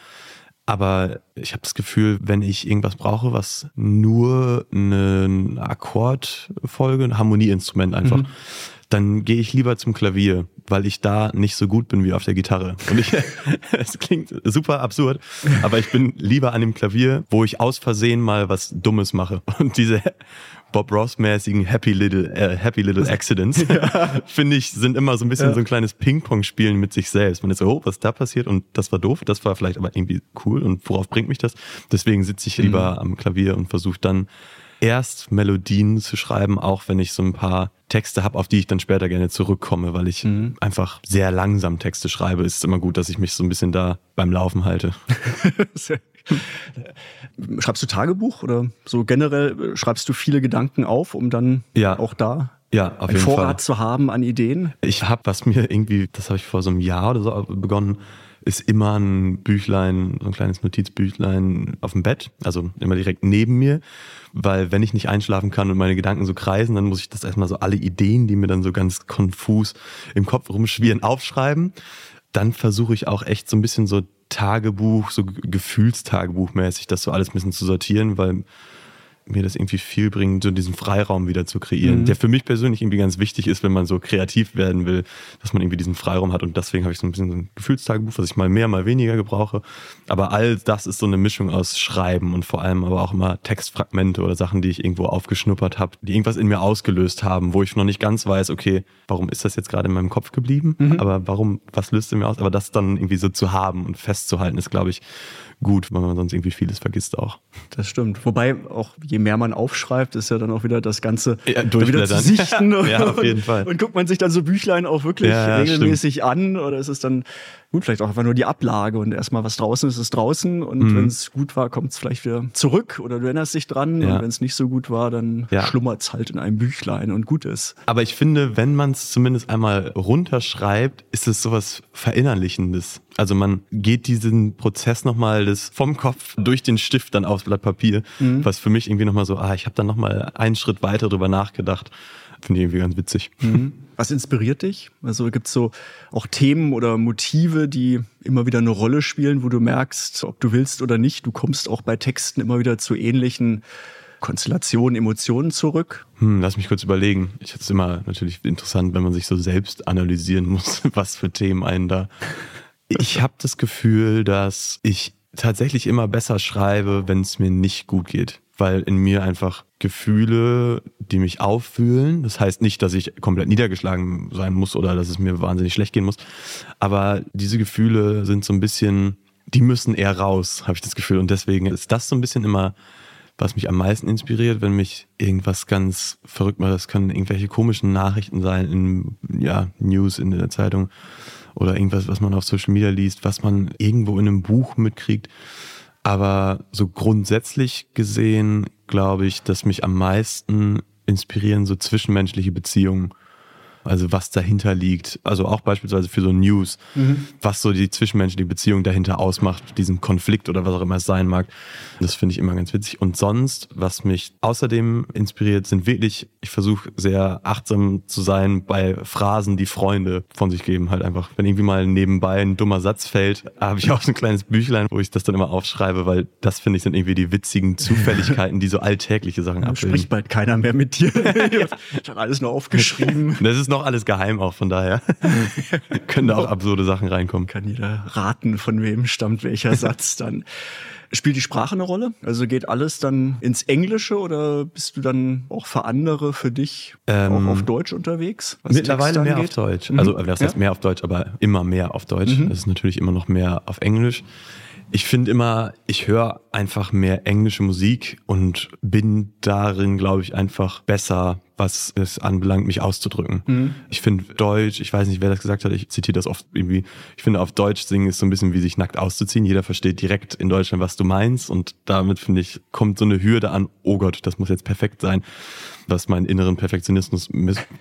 Aber ich habe das Gefühl, wenn ich irgendwas brauche, was nur eine Akkordfolge, ein Harmonieinstrument einfach, dann gehe ich lieber zum Klavier, weil ich da nicht so gut bin wie auf der Gitarre. Und es klingt super absurd, aber ich bin lieber an dem Klavier, wo ich aus Versehen mal was Dummes mache. Und diese Bob Ross-mäßigen Happy Little Accidents, finde ich, sind immer so ein bisschen so ein kleines Ping-Pong-Spielen mit sich selbst. Man ist so, oh, was ist da passiert? Und das war doof, das war vielleicht aber irgendwie cool. Und worauf bringt mich das? Deswegen sitze ich lieber am Klavier und versuche dann erst Melodien zu schreiben, auch wenn ich so ein paar Texte habe, auf die ich dann später gerne zurückkomme, weil ich einfach sehr langsam Texte schreibe. Ist immer gut, dass ich mich so ein bisschen da beim Laufen halte. Schreibst du Tagebuch oder so generell schreibst du viele Gedanken auf, um dann auch da auf jeden Vorrat Fall zu haben an Ideen? Ich habe, was mir irgendwie, das habe ich vor so einem Jahr oder so begonnen, ist immer ein Büchlein, so ein kleines Notizbüchlein auf dem Bett, also immer direkt neben mir, weil wenn ich nicht einschlafen kann und meine Gedanken so kreisen, dann muss ich das erstmal so alle Ideen, die mir dann so ganz konfus im Kopf rumschwirren, aufschreiben. Dann versuche ich auch echt so ein bisschen so Tagebuch, so Gefühlstagebuchmäßig, das so alles ein bisschen zu sortieren, weil mir das irgendwie viel bringt, so diesen Freiraum wieder zu kreieren, der für mich persönlich irgendwie ganz wichtig ist, wenn man so kreativ werden will, dass man irgendwie diesen Freiraum hat und deswegen habe ich so ein bisschen so ein Gefühlstagebuch, was ich mal mehr, mal weniger gebrauche, aber all das ist so eine Mischung aus Schreiben und vor allem aber auch immer Textfragmente oder Sachen, die ich irgendwo aufgeschnuppert habe, die irgendwas in mir ausgelöst haben, wo ich noch nicht ganz weiß, okay, warum ist das jetzt gerade in meinem Kopf geblieben, aber was löst es mir aus, aber das dann irgendwie so zu haben und festzuhalten ist, glaube ich, gut, weil man sonst irgendwie vieles vergisst auch. Das stimmt. Wobei auch je mehr man aufschreibt, ist ja dann auch wieder das Ganze wieder zu sichten. Auf jeden Fall. Und guckt man sich dann so Büchlein auch wirklich regelmäßig an oder ist es dann gut, vielleicht auch einfach nur die Ablage und erstmal was draußen ist, ist draußen und wenn es gut war, kommt es vielleicht wieder zurück oder du erinnerst dich dran und wenn es nicht so gut war, dann schlummert es halt in einem Büchlein und gut ist. Aber ich finde, wenn man es zumindest einmal runterschreibt, ist es sowas Verinnerlichendes. Also man geht diesen Prozess nochmal vom Kopf durch den Stift dann aufs Blatt Papier, was für mich irgendwie nochmal so, ich habe dann nochmal einen Schritt weiter drüber nachgedacht. Finde ich irgendwie ganz witzig. Was inspiriert dich? Also gibt es so auch Themen oder Motive, die immer wieder eine Rolle spielen, wo du merkst, ob du willst oder nicht, du kommst auch bei Texten immer wieder zu ähnlichen Konstellationen, Emotionen zurück? Lass mich kurz überlegen. Ich finde es immer natürlich interessant, wenn man sich so selbst analysieren muss, was für Themen einen da... Ich habe das Gefühl, dass ich tatsächlich immer besser schreibe, wenn es mir nicht gut geht. Weil in mir einfach Gefühle, die mich auffühlen, das heißt nicht, dass ich komplett niedergeschlagen sein muss oder dass es mir wahnsinnig schlecht gehen muss, aber diese Gefühle sind so ein bisschen, die müssen eher raus, habe ich das Gefühl. Und deswegen ist das so ein bisschen immer, was mich am meisten inspiriert, wenn mich irgendwas ganz verrückt macht. Das können irgendwelche komischen Nachrichten sein in News in der Zeitung oder irgendwas, was man auf Social Media liest, was man irgendwo in einem Buch mitkriegt. Aber so grundsätzlich gesehen glaube ich, dass mich am meisten inspirieren so zwischenmenschliche Beziehungen. Also was dahinter liegt. Also auch beispielsweise für so News, was so die zwischenmenschliche Beziehung dahinter ausmacht, diesen Konflikt oder was auch immer es sein mag. Das finde ich immer ganz witzig. Und sonst, was mich außerdem inspiriert, sind wirklich, ich versuche sehr achtsam zu sein bei Phrasen, die Freunde von sich geben. Halt einfach, wenn irgendwie mal nebenbei ein dummer Satz fällt, habe ich auch so ein kleines Büchlein, wo ich das dann immer aufschreibe, weil das, finde ich, sind irgendwie die witzigen Zufälligkeiten, die so alltägliche Sachen abbilden. Spricht bald keiner mehr mit dir. Ich habe alles nur aufgeschrieben. Das ist noch alles geheim auch, von daher können da auch absurde Sachen reinkommen. Kann jeder raten, von wem stammt welcher Satz dann. Spielt die Sprache eine Rolle? Also geht alles dann ins Englische oder bist du dann auch für andere, für dich auch auf Deutsch unterwegs? Mittlerweile mehr auf Deutsch. Also das heißt mehr auf Deutsch, aber immer mehr auf Deutsch. Das ist natürlich immer noch mehr auf Englisch. Ich finde immer, ich höre einfach mehr englische Musik und bin darin, glaube ich, einfach besser, was es anbelangt, mich auszudrücken. Ich finde Deutsch, ich weiß nicht, wer das gesagt hat, ich zitiere das oft irgendwie, ich finde auf Deutsch singen ist so ein bisschen wie sich nackt auszuziehen. Jeder versteht direkt in Deutschland, was du meinst und damit, finde ich, kommt so eine Hürde an, oh Gott, das muss jetzt perfekt sein, was meinen inneren Perfektionismus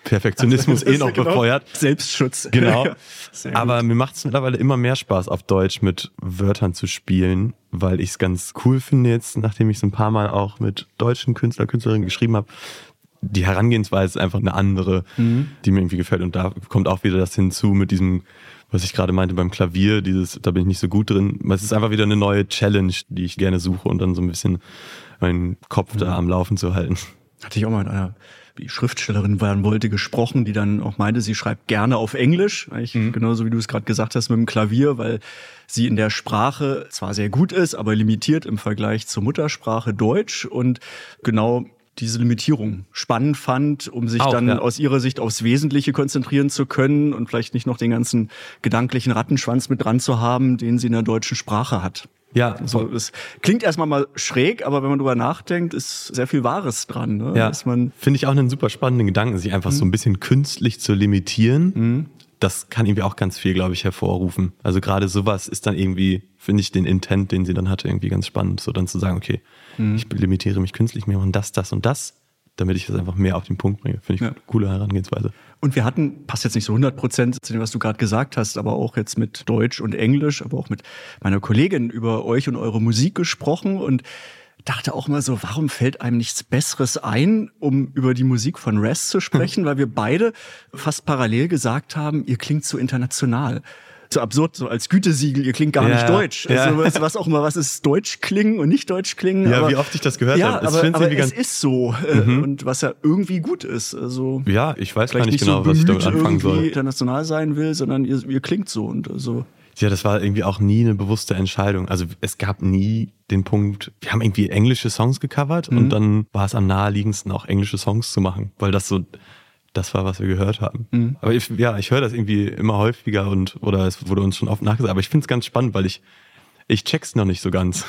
noch befeuert. Selbstschutz. Genau. Aber mir macht es mittlerweile immer mehr Spaß, auf Deutsch mit Wörtern zu spielen, weil ich es ganz cool finde jetzt, nachdem ich so ein paar Mal auch mit deutschen Künstlerinnen geschrieben habe. Die Herangehensweise ist einfach eine andere, die mir irgendwie gefällt. Und da kommt auch wieder das hinzu mit diesem, was ich gerade meinte beim Klavier, da bin ich nicht so gut drin. Es ist einfach wieder eine neue Challenge, die ich gerne suche und dann so ein bisschen meinen Kopf da am Laufen zu halten. Hatte ich auch mal mit einer, die Schriftstellerin werden wollte, gesprochen, die dann auch meinte, sie schreibt gerne auf Englisch, eigentlich genauso wie du es gerade gesagt hast mit dem Klavier, weil sie in der Sprache zwar sehr gut ist, aber limitiert im Vergleich zur Muttersprache Deutsch und genau diese Limitierung spannend fand, um sich aus ihrer Sicht aufs Wesentliche konzentrieren zu können und vielleicht nicht noch den ganzen gedanklichen Rattenschwanz mit dran zu haben, den sie in der deutschen Sprache hat. Ja, also es klingt erstmal mal schräg, aber wenn man drüber nachdenkt, ist sehr viel Wahres dran. Ne? Ja, finde ich auch einen super spannenden Gedanken, sich einfach so ein bisschen künstlich zu limitieren. Das kann irgendwie auch ganz viel, glaube ich, hervorrufen. Also gerade sowas ist dann irgendwie, finde ich, den Intent, den sie dann hatte, irgendwie ganz spannend. So dann zu sagen, okay, ich limitiere mich künstlich, wir machen das und das, damit ich das einfach mehr auf den Punkt bringe. Finde ich eine coole Herangehensweise. Und wir hatten, passt jetzt nicht so 100% zu dem, was du gerade gesagt hast, aber auch jetzt mit Deutsch und Englisch, aber auch mit meiner Kollegin über euch und eure Musik gesprochen und dachte auch mal so, warum fällt einem nichts Besseres ein, um über die Musik von Raz zu sprechen, weil wir beide fast parallel gesagt haben, ihr klingt so international. So absurd, so als Gütesiegel, ihr klingt gar nicht deutsch. Also was auch immer, was ist Deutsch klingen und nicht Deutsch klingen. Ja, aber, wie oft ich das gehört habe. Aber es ist so. Und was ja irgendwie gut ist. Also ja, ich weiß gar nicht genau, was ich damit anfangen soll. Irgendwie international sein will, sondern ihr klingt so. Und so. Ja, das war irgendwie auch nie eine bewusste Entscheidung. Also es gab nie den Punkt, wir haben irgendwie englische Songs gecovert und dann war es am naheliegendsten auch englische Songs zu machen, weil das war, was wir gehört haben. Aber ich höre das irgendwie immer häufiger oder es wurde uns schon oft nachgesagt. Aber ich finde es ganz spannend, weil ich check's noch nicht so ganz.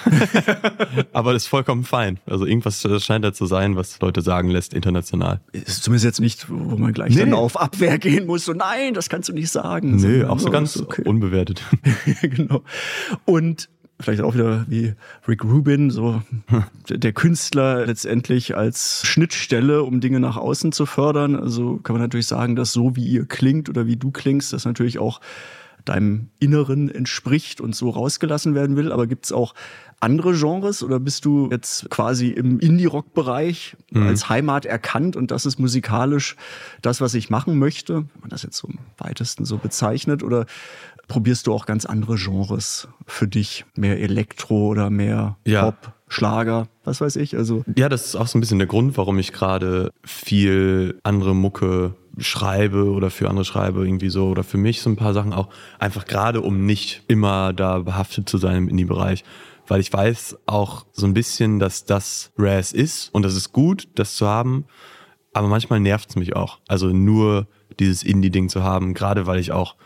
Aber das ist vollkommen fein. Also irgendwas scheint da zu sein, was Leute sagen lässt, international. Ist zumindest jetzt nicht, wo man gleich dann auf Abwehr gehen muss. So, nein, das kannst du nicht sagen. Nö, auch so ganz unbewertet. Genau. Und vielleicht auch wieder wie Rick Rubin, so der Künstler letztendlich als Schnittstelle, um Dinge nach außen zu fördern. Also kann man natürlich sagen, dass so wie ihr klingt oder wie du klingst, das natürlich auch deinem Inneren entspricht und so rausgelassen werden will. Aber gibt's auch andere Genres oder bist du jetzt quasi im Indie-Rock-Bereich als Heimat erkannt und das ist musikalisch das, was ich machen möchte? Wenn man das jetzt so im weitesten so bezeichnet oder probierst du auch ganz andere Genres für dich? Mehr Elektro oder mehr Pop, Schlager, was weiß ich? Also ja, das ist auch so ein bisschen der Grund, warum ich gerade viel andere Mucke schreibe oder für andere schreibe irgendwie so oder für mich so ein paar Sachen auch. Einfach gerade, um nicht immer da behaftet zu sein im Indie-Bereich. Weil ich weiß auch so ein bisschen, dass das Raz ist und das ist gut, das zu haben. Aber manchmal nervt es mich auch. Also nur dieses Indie-Ding zu haben, gerade weil ich auch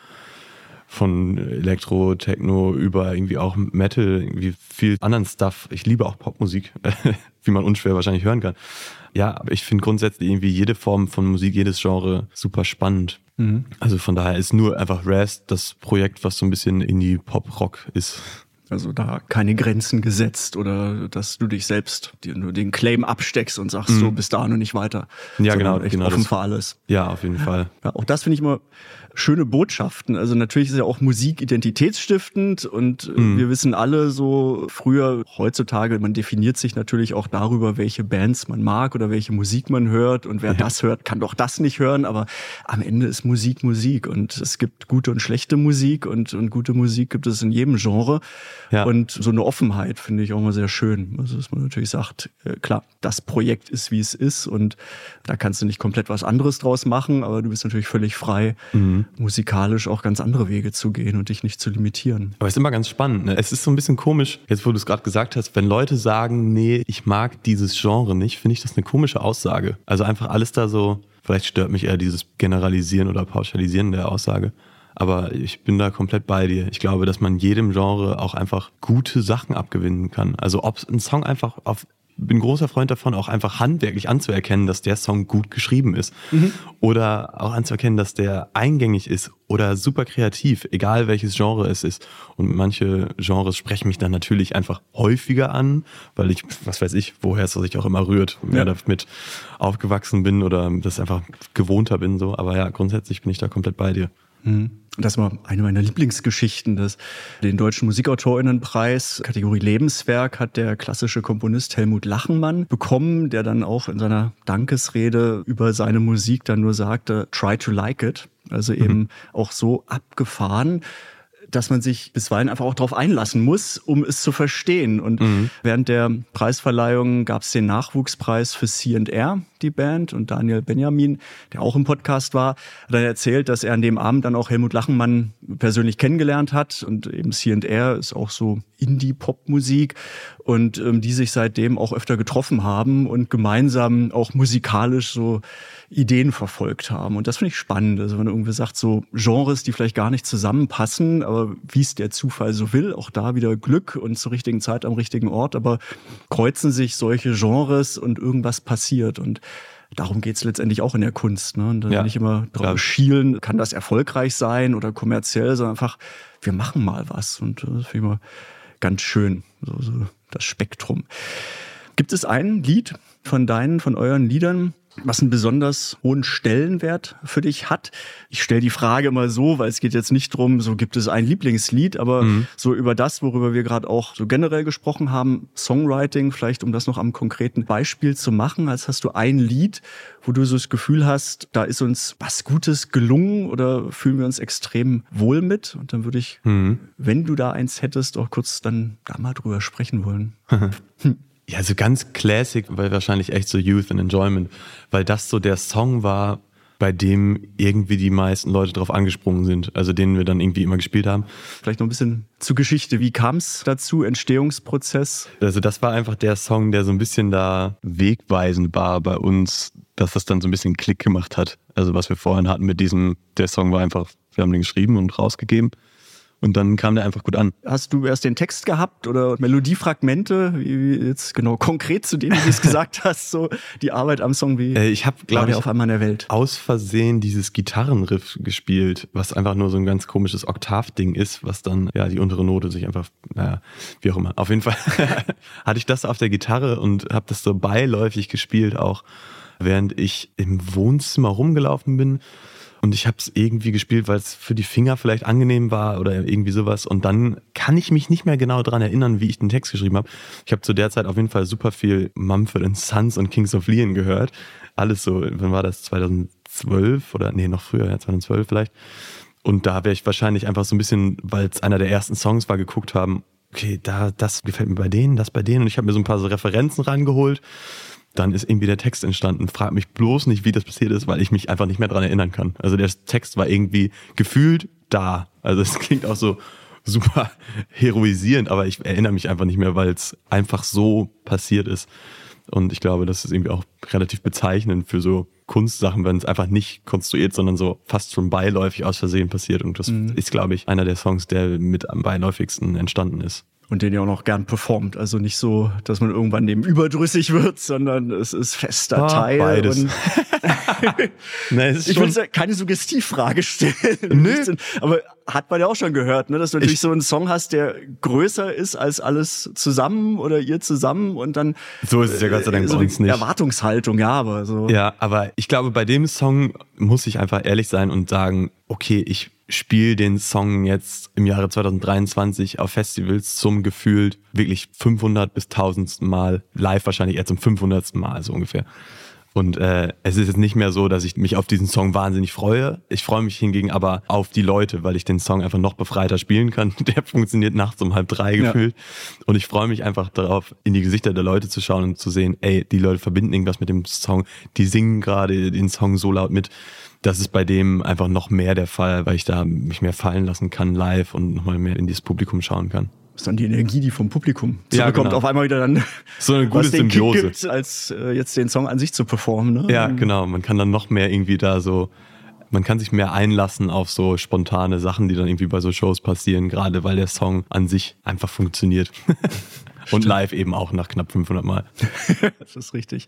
von Elektro, Techno über irgendwie auch Metal, irgendwie viel anderen Stuff. Ich liebe auch Popmusik, wie man unschwer wahrscheinlich hören kann. Ja, aber ich finde grundsätzlich irgendwie jede Form von Musik, jedes Genre super spannend. Also von daher ist nur einfach Raz das Projekt, was so ein bisschen Indie-Pop-Rock ist. Also da keine Grenzen gesetzt oder dass du dich selbst dir nur den Claim absteckst und sagst, so bis dahin und nicht weiter. Ja, genau. Echt offen für alles. Ja, auf jeden Fall. Ja, auch das finde ich immer schöne Botschaften. Also natürlich ist ja auch Musik identitätsstiftend und wir wissen alle so früher, heutzutage, man definiert sich natürlich auch darüber, welche Bands man mag oder welche Musik man hört und wer das hört, kann doch das nicht hören, aber am Ende ist Musik Musik und es gibt gute und schlechte Musik und gute Musik gibt es in jedem Genre und so eine Offenheit finde ich auch mal sehr schön. Also dass man natürlich sagt, klar, das Projekt ist, wie es ist und da kannst du nicht komplett was anderes draus machen, aber du bist natürlich völlig frei, musikalisch auch ganz andere Wege zu gehen und dich nicht zu limitieren. Aber es ist immer ganz spannend, ne? Es ist so ein bisschen komisch, jetzt wo du es gerade gesagt hast, wenn Leute sagen, nee, ich mag dieses Genre nicht, finde ich das eine komische Aussage. Also einfach alles da so, vielleicht stört mich eher dieses Generalisieren oder Pauschalisieren der Aussage. Aber ich bin da komplett bei dir. Ich glaube, dass man jedem Genre auch einfach gute Sachen abgewinnen kann. Also ob ein Song einfach bin großer Freund davon, auch einfach handwerklich anzuerkennen, dass der Song gut geschrieben ist. Oder auch anzuerkennen, dass der eingängig ist oder super kreativ, egal welches Genre es ist. Und manche Genres sprechen mich dann natürlich einfach häufiger an, weil ich, was weiß ich, woher es sich auch immer rührt, damit aufgewachsen bin oder das einfach gewohnter bin. So. Aber ja, grundsätzlich bin ich da komplett bei dir. Das war eine meiner Lieblingsgeschichten. Den Deutschen Musikautorinnenpreis, Kategorie Lebenswerk, hat der klassische Komponist Helmut Lachenmann bekommen, der dann auch in seiner Dankesrede über seine Musik dann nur sagte, try to like it. Also eben auch so abgefahren, dass man sich bisweilen einfach auch darauf einlassen muss, um es zu verstehen. Und während der Preisverleihung gab es den Nachwuchspreis für C&R, die Band, und Daniel Benjamin, der auch im Podcast war, hat dann erzählt, dass er an dem Abend dann auch Helmut Lachenmann persönlich kennengelernt hat. Und eben C&R ist auch so Indie-Pop-Musik und die sich seitdem auch öfter getroffen haben und gemeinsam auch musikalisch so Ideen verfolgt haben. Und das finde ich spannend. Also wenn man irgendwie sagt, so Genres, die vielleicht gar nicht zusammenpassen, aber wie es der Zufall so will, auch da wieder Glück und zur richtigen Zeit am richtigen Ort, aber kreuzen sich solche Genres und irgendwas passiert. Und darum geht's letztendlich auch in der Kunst. Ne? Und dann nicht immer drauf schielen, kann das erfolgreich sein oder kommerziell, sondern einfach, wir machen mal was. Und das finde ich mal ganz schön, so das Spektrum. Gibt es ein Lied von euren Liedern, was einen besonders hohen Stellenwert für dich hat? Ich stelle die Frage immer so, weil es geht jetzt nicht drum, so gibt es ein Lieblingslied, aber so über das, worüber wir gerade auch so generell gesprochen haben, Songwriting, vielleicht um das noch am konkreten Beispiel zu machen, als hast du ein Lied, wo du so das Gefühl hast, da ist uns was Gutes gelungen oder fühlen wir uns extrem wohl mit? Und dann würde ich, wenn du da eins hättest, auch kurz dann da mal drüber sprechen wollen. Ja, so ganz classic, weil wahrscheinlich echt so Youth and Enjoyment, weil das so der Song war, bei dem irgendwie die meisten Leute drauf angesprungen sind, also den wir dann irgendwie immer gespielt haben. Vielleicht noch ein bisschen zur Geschichte. Wie kam es dazu, Entstehungsprozess? Also das war einfach der Song, der so ein bisschen da wegweisend war bei uns, dass das dann so ein bisschen Klick gemacht hat. Also was wir vorhin hatten mit diesem, der Song war einfach, wir haben den geschrieben und rausgegeben. Und dann kam der einfach gut an. Hast du erst den Text gehabt oder Melodiefragmente, wie jetzt genau konkret zu dem, wie du es gesagt hast, so die Arbeit am Song, wie ich habe, glaube ich, auf einmal in der Welt aus Versehen dieses Gitarrenriff gespielt, was einfach nur so ein ganz komisches Oktavding ist, was dann die untere Note sich einfach, wie auch immer. Auf jeden Fall hatte ich das auf der Gitarre und habe das so beiläufig gespielt, auch während ich im Wohnzimmer rumgelaufen bin. Und ich habe es irgendwie gespielt, weil es für die Finger vielleicht angenehm war oder irgendwie sowas. Und dann kann ich mich nicht mehr genau daran erinnern, wie ich den Text geschrieben habe. Ich habe zu der Zeit auf jeden Fall super viel Mumford & Sons und Kings of Leon gehört. Alles so, wann war das? 2012 oder noch früher, 2012 vielleicht. Und da wäre ich wahrscheinlich einfach so ein bisschen, weil es einer der ersten Songs war, geguckt haben, okay, das gefällt mir bei denen, das bei denen. Und ich habe mir so ein paar so Referenzen rangeholt. Dann ist irgendwie der Text entstanden. Frag mich bloß nicht, wie das passiert ist, weil ich mich einfach nicht mehr dran erinnern kann. Also der Text war irgendwie gefühlt da. Also es klingt auch so super heroisierend, aber ich erinnere mich einfach nicht mehr, weil es einfach so passiert ist. Und ich glaube, das ist irgendwie auch relativ bezeichnend für so Kunstsachen, wenn es einfach nicht konstruiert, sondern so fast schon beiläufig aus Versehen passiert. Und das ist, glaube ich, einer der Songs, der mit am beiläufigsten entstanden ist. Und den ihr auch noch gern performt. Also nicht so, dass man irgendwann dem überdrüssig wird, sondern es ist fester Teil. Beides. Und Nee, ich will ja keine Suggestivfrage stellen. Nö. Aber hat man ja auch schon gehört, ne? Dass du natürlich so einen Song hast, der größer ist als alles zusammen oder ihr zusammen und dann So ist es ja Gott sei Dank so bei uns eine nicht. Erwartungshaltung, ja, aber so. Ja, aber ich glaube, bei dem Song muss ich einfach ehrlich sein und sagen, okay, ich spiele den Song jetzt im Jahre 2023 auf Festivals zum gefühlt wirklich 500 bis 1000. Mal, live wahrscheinlich eher zum 500. Mal so ungefähr. Und es ist jetzt nicht mehr so, dass ich mich auf diesen Song wahnsinnig freue. Ich freue mich hingegen aber auf die Leute, weil ich den Song einfach noch befreiter spielen kann. Der funktioniert nachts um 2:30 gefühlt. Ja. Und ich freue mich einfach darauf, in die Gesichter der Leute zu schauen und zu sehen, ey, die Leute verbinden irgendwas mit dem Song. Die singen gerade den Song so laut mit. Das ist bei dem einfach noch mehr der Fall, weil ich da mich mehr fallen lassen kann live und nochmal mehr in dieses Publikum schauen kann. Das ist dann die Energie, die vom Publikum zurückkommt, genau. auf einmal wieder dann so eine gute was den Symbiose Kick gibt, als jetzt den Song an sich zu performen. Ne? Ja, genau. Man kann dann noch mehr irgendwie da so, man kann sich mehr einlassen auf so spontane Sachen, die dann irgendwie bei so Shows passieren, gerade weil der Song an sich einfach funktioniert. Und live eben auch nach knapp 500 Mal. Das ist richtig.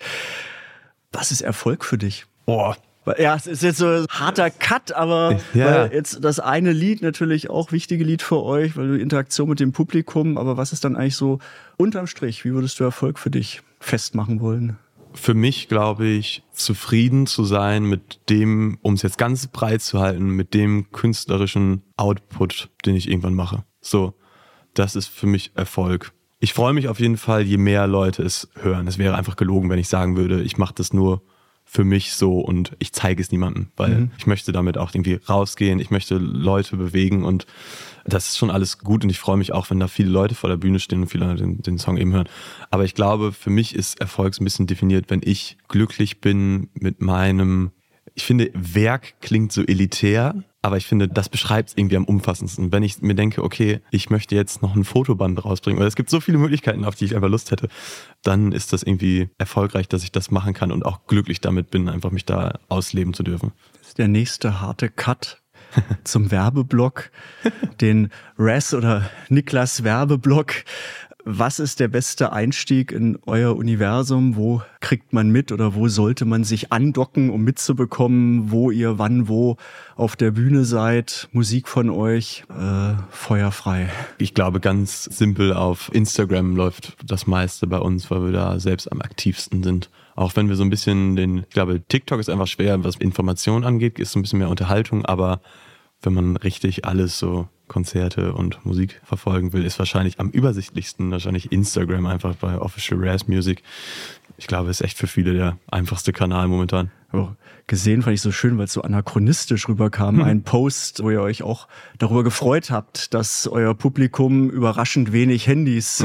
Was ist Erfolg für dich? Boah. Ja, es ist jetzt so ein harter Cut, aber weil jetzt das eine Lied natürlich auch wichtige Lied für euch, weil du Interaktion mit dem Publikum, aber was ist dann eigentlich so unterm Strich? Wie würdest du Erfolg für dich festmachen wollen? Für mich, glaube ich, zufrieden zu sein mit dem, um es jetzt ganz breit zu halten, mit dem künstlerischen Output, den ich irgendwann mache. So, das ist für mich Erfolg. Ich freue mich auf jeden Fall, je mehr Leute es hören. Es wäre einfach gelogen, wenn ich sagen würde, ich mache das nur für mich so und ich zeige es niemandem, weil ich möchte damit auch irgendwie rausgehen, ich möchte Leute bewegen und das ist schon alles gut und ich freue mich auch, wenn da viele Leute vor der Bühne stehen und viele den Song eben hören. Aber ich glaube, für mich ist Erfolg so ein bisschen definiert, wenn ich glücklich bin mit meinem, ich finde, Werk klingt so elitär, aber ich finde, das beschreibt es irgendwie am umfassendsten. Wenn ich mir denke, okay, ich möchte jetzt noch ein Fotoband rausbringen, oder es gibt so viele Möglichkeiten, auf die ich einfach Lust hätte, dann ist das irgendwie erfolgreich, dass ich das machen kann und auch glücklich damit bin, einfach mich da ausleben zu dürfen. Das ist der nächste harte Cut zum Werbeblock, den Raz oder Niklas Werbeblock. Was ist der beste Einstieg in euer Universum? Wo kriegt man mit oder wo sollte man sich andocken, um mitzubekommen, wo ihr wann wo auf der Bühne seid? Musik von euch, feuerfrei. Ich glaube, ganz simpel auf Instagram läuft das meiste bei uns, weil wir da selbst am aktivsten sind. Auch wenn wir so ein bisschen ich glaube, TikTok ist einfach schwer, was Informationen angeht, ist so ein bisschen mehr Unterhaltung, aber wenn man richtig alles so Konzerte und Musik verfolgen will, ist wahrscheinlich am übersichtlichsten wahrscheinlich Instagram einfach bei Official Raz Music. Ich glaube, ist echt für viele der einfachste Kanal momentan. Oh, gesehen fand ich so schön, weil es so anachronistisch rüberkam. Ein Post, wo ihr euch auch darüber gefreut habt, dass euer Publikum überraschend wenig Handys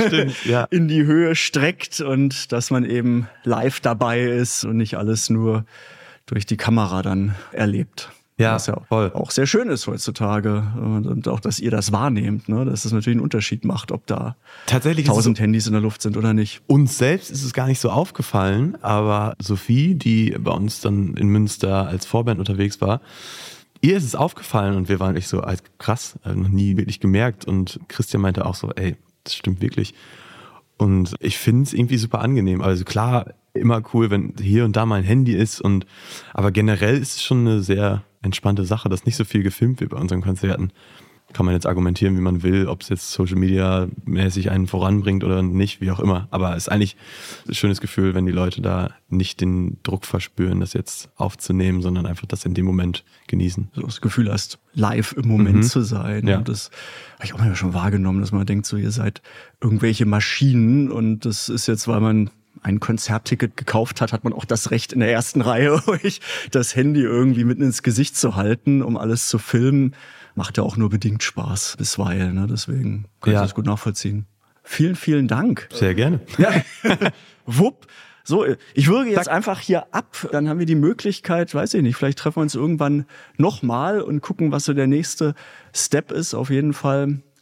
in die Höhe streckt und dass man eben live dabei ist und nicht alles nur durch die Kamera dann erlebt. Ja, was ja voll. Auch sehr schön ist heutzutage und auch, dass ihr das wahrnehmt, ne? Dass das natürlich einen Unterschied macht, ob da tatsächlich 1000 Handys in der Luft sind oder nicht. Uns selbst ist es gar nicht so aufgefallen, aber Sophie, die bei uns dann in Münster als Vorband unterwegs war, ihr ist es aufgefallen und wir waren echt so, krass, noch nie wirklich gemerkt und Christian meinte auch so, ey, das stimmt wirklich. Und ich finde es irgendwie super angenehm. Also klar, immer cool, wenn hier und da mal ein Handy ist aber generell ist es schon eine sehr entspannte Sache, dass nicht so viel gefilmt wird bei unseren Konzerten. Kann man jetzt argumentieren, wie man will, ob es jetzt Social Media mäßig einen voranbringt oder nicht, wie auch immer. Aber es ist eigentlich ein schönes Gefühl, wenn die Leute da nicht den Druck verspüren, das jetzt aufzunehmen, sondern einfach das in dem Moment genießen. So das Gefühl hast, live im Moment zu sein. Ja. Und das habe ich auch mal schon wahrgenommen, dass man denkt, so ihr seid irgendwelche Maschinen und das ist jetzt, weil man ein Konzertticket gekauft hat man auch das Recht, in der ersten Reihe euch das Handy irgendwie mitten ins Gesicht zu halten, um alles zu filmen. Macht ja auch nur bedingt Spaß bisweilen, ne? Deswegen kann ich das gut nachvollziehen. Vielen, vielen Dank. Sehr gerne. Ja. Wupp. So, ich würge jetzt einfach hier ab. Dann haben wir die Möglichkeit, weiß ich nicht, vielleicht treffen wir uns irgendwann nochmal und gucken, was so der nächste Step ist. Auf jeden Fall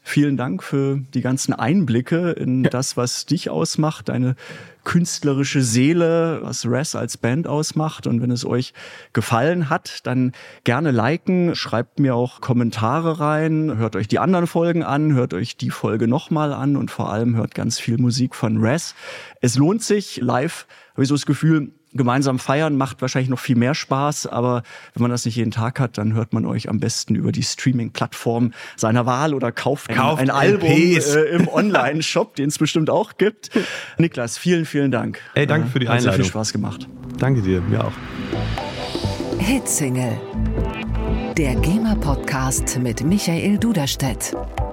vielen Dank für die ganzen Einblicke in das, was dich ausmacht, deine künstlerische Seele, was Res als Band ausmacht. Und wenn es euch gefallen hat, dann gerne liken, schreibt mir auch Kommentare rein, hört euch die anderen Folgen an, hört euch die Folge nochmal an und vor allem hört ganz viel Musik von Res. Es lohnt sich. Live habe ich so das Gefühl, gemeinsam feiern macht wahrscheinlich noch viel mehr Spaß, aber wenn man das nicht jeden Tag hat, dann hört man euch am besten über die Streaming-Plattform seiner Wahl oder kauft ein Album im Online-Shop, den es bestimmt auch gibt. Niklas, vielen, vielen Dank. Ey, danke für die Einladung. Hat sehr viel Spaß gemacht. Danke dir, mir auch. Hitsingle, der GEMA-Podcast mit Michael Duderstedt.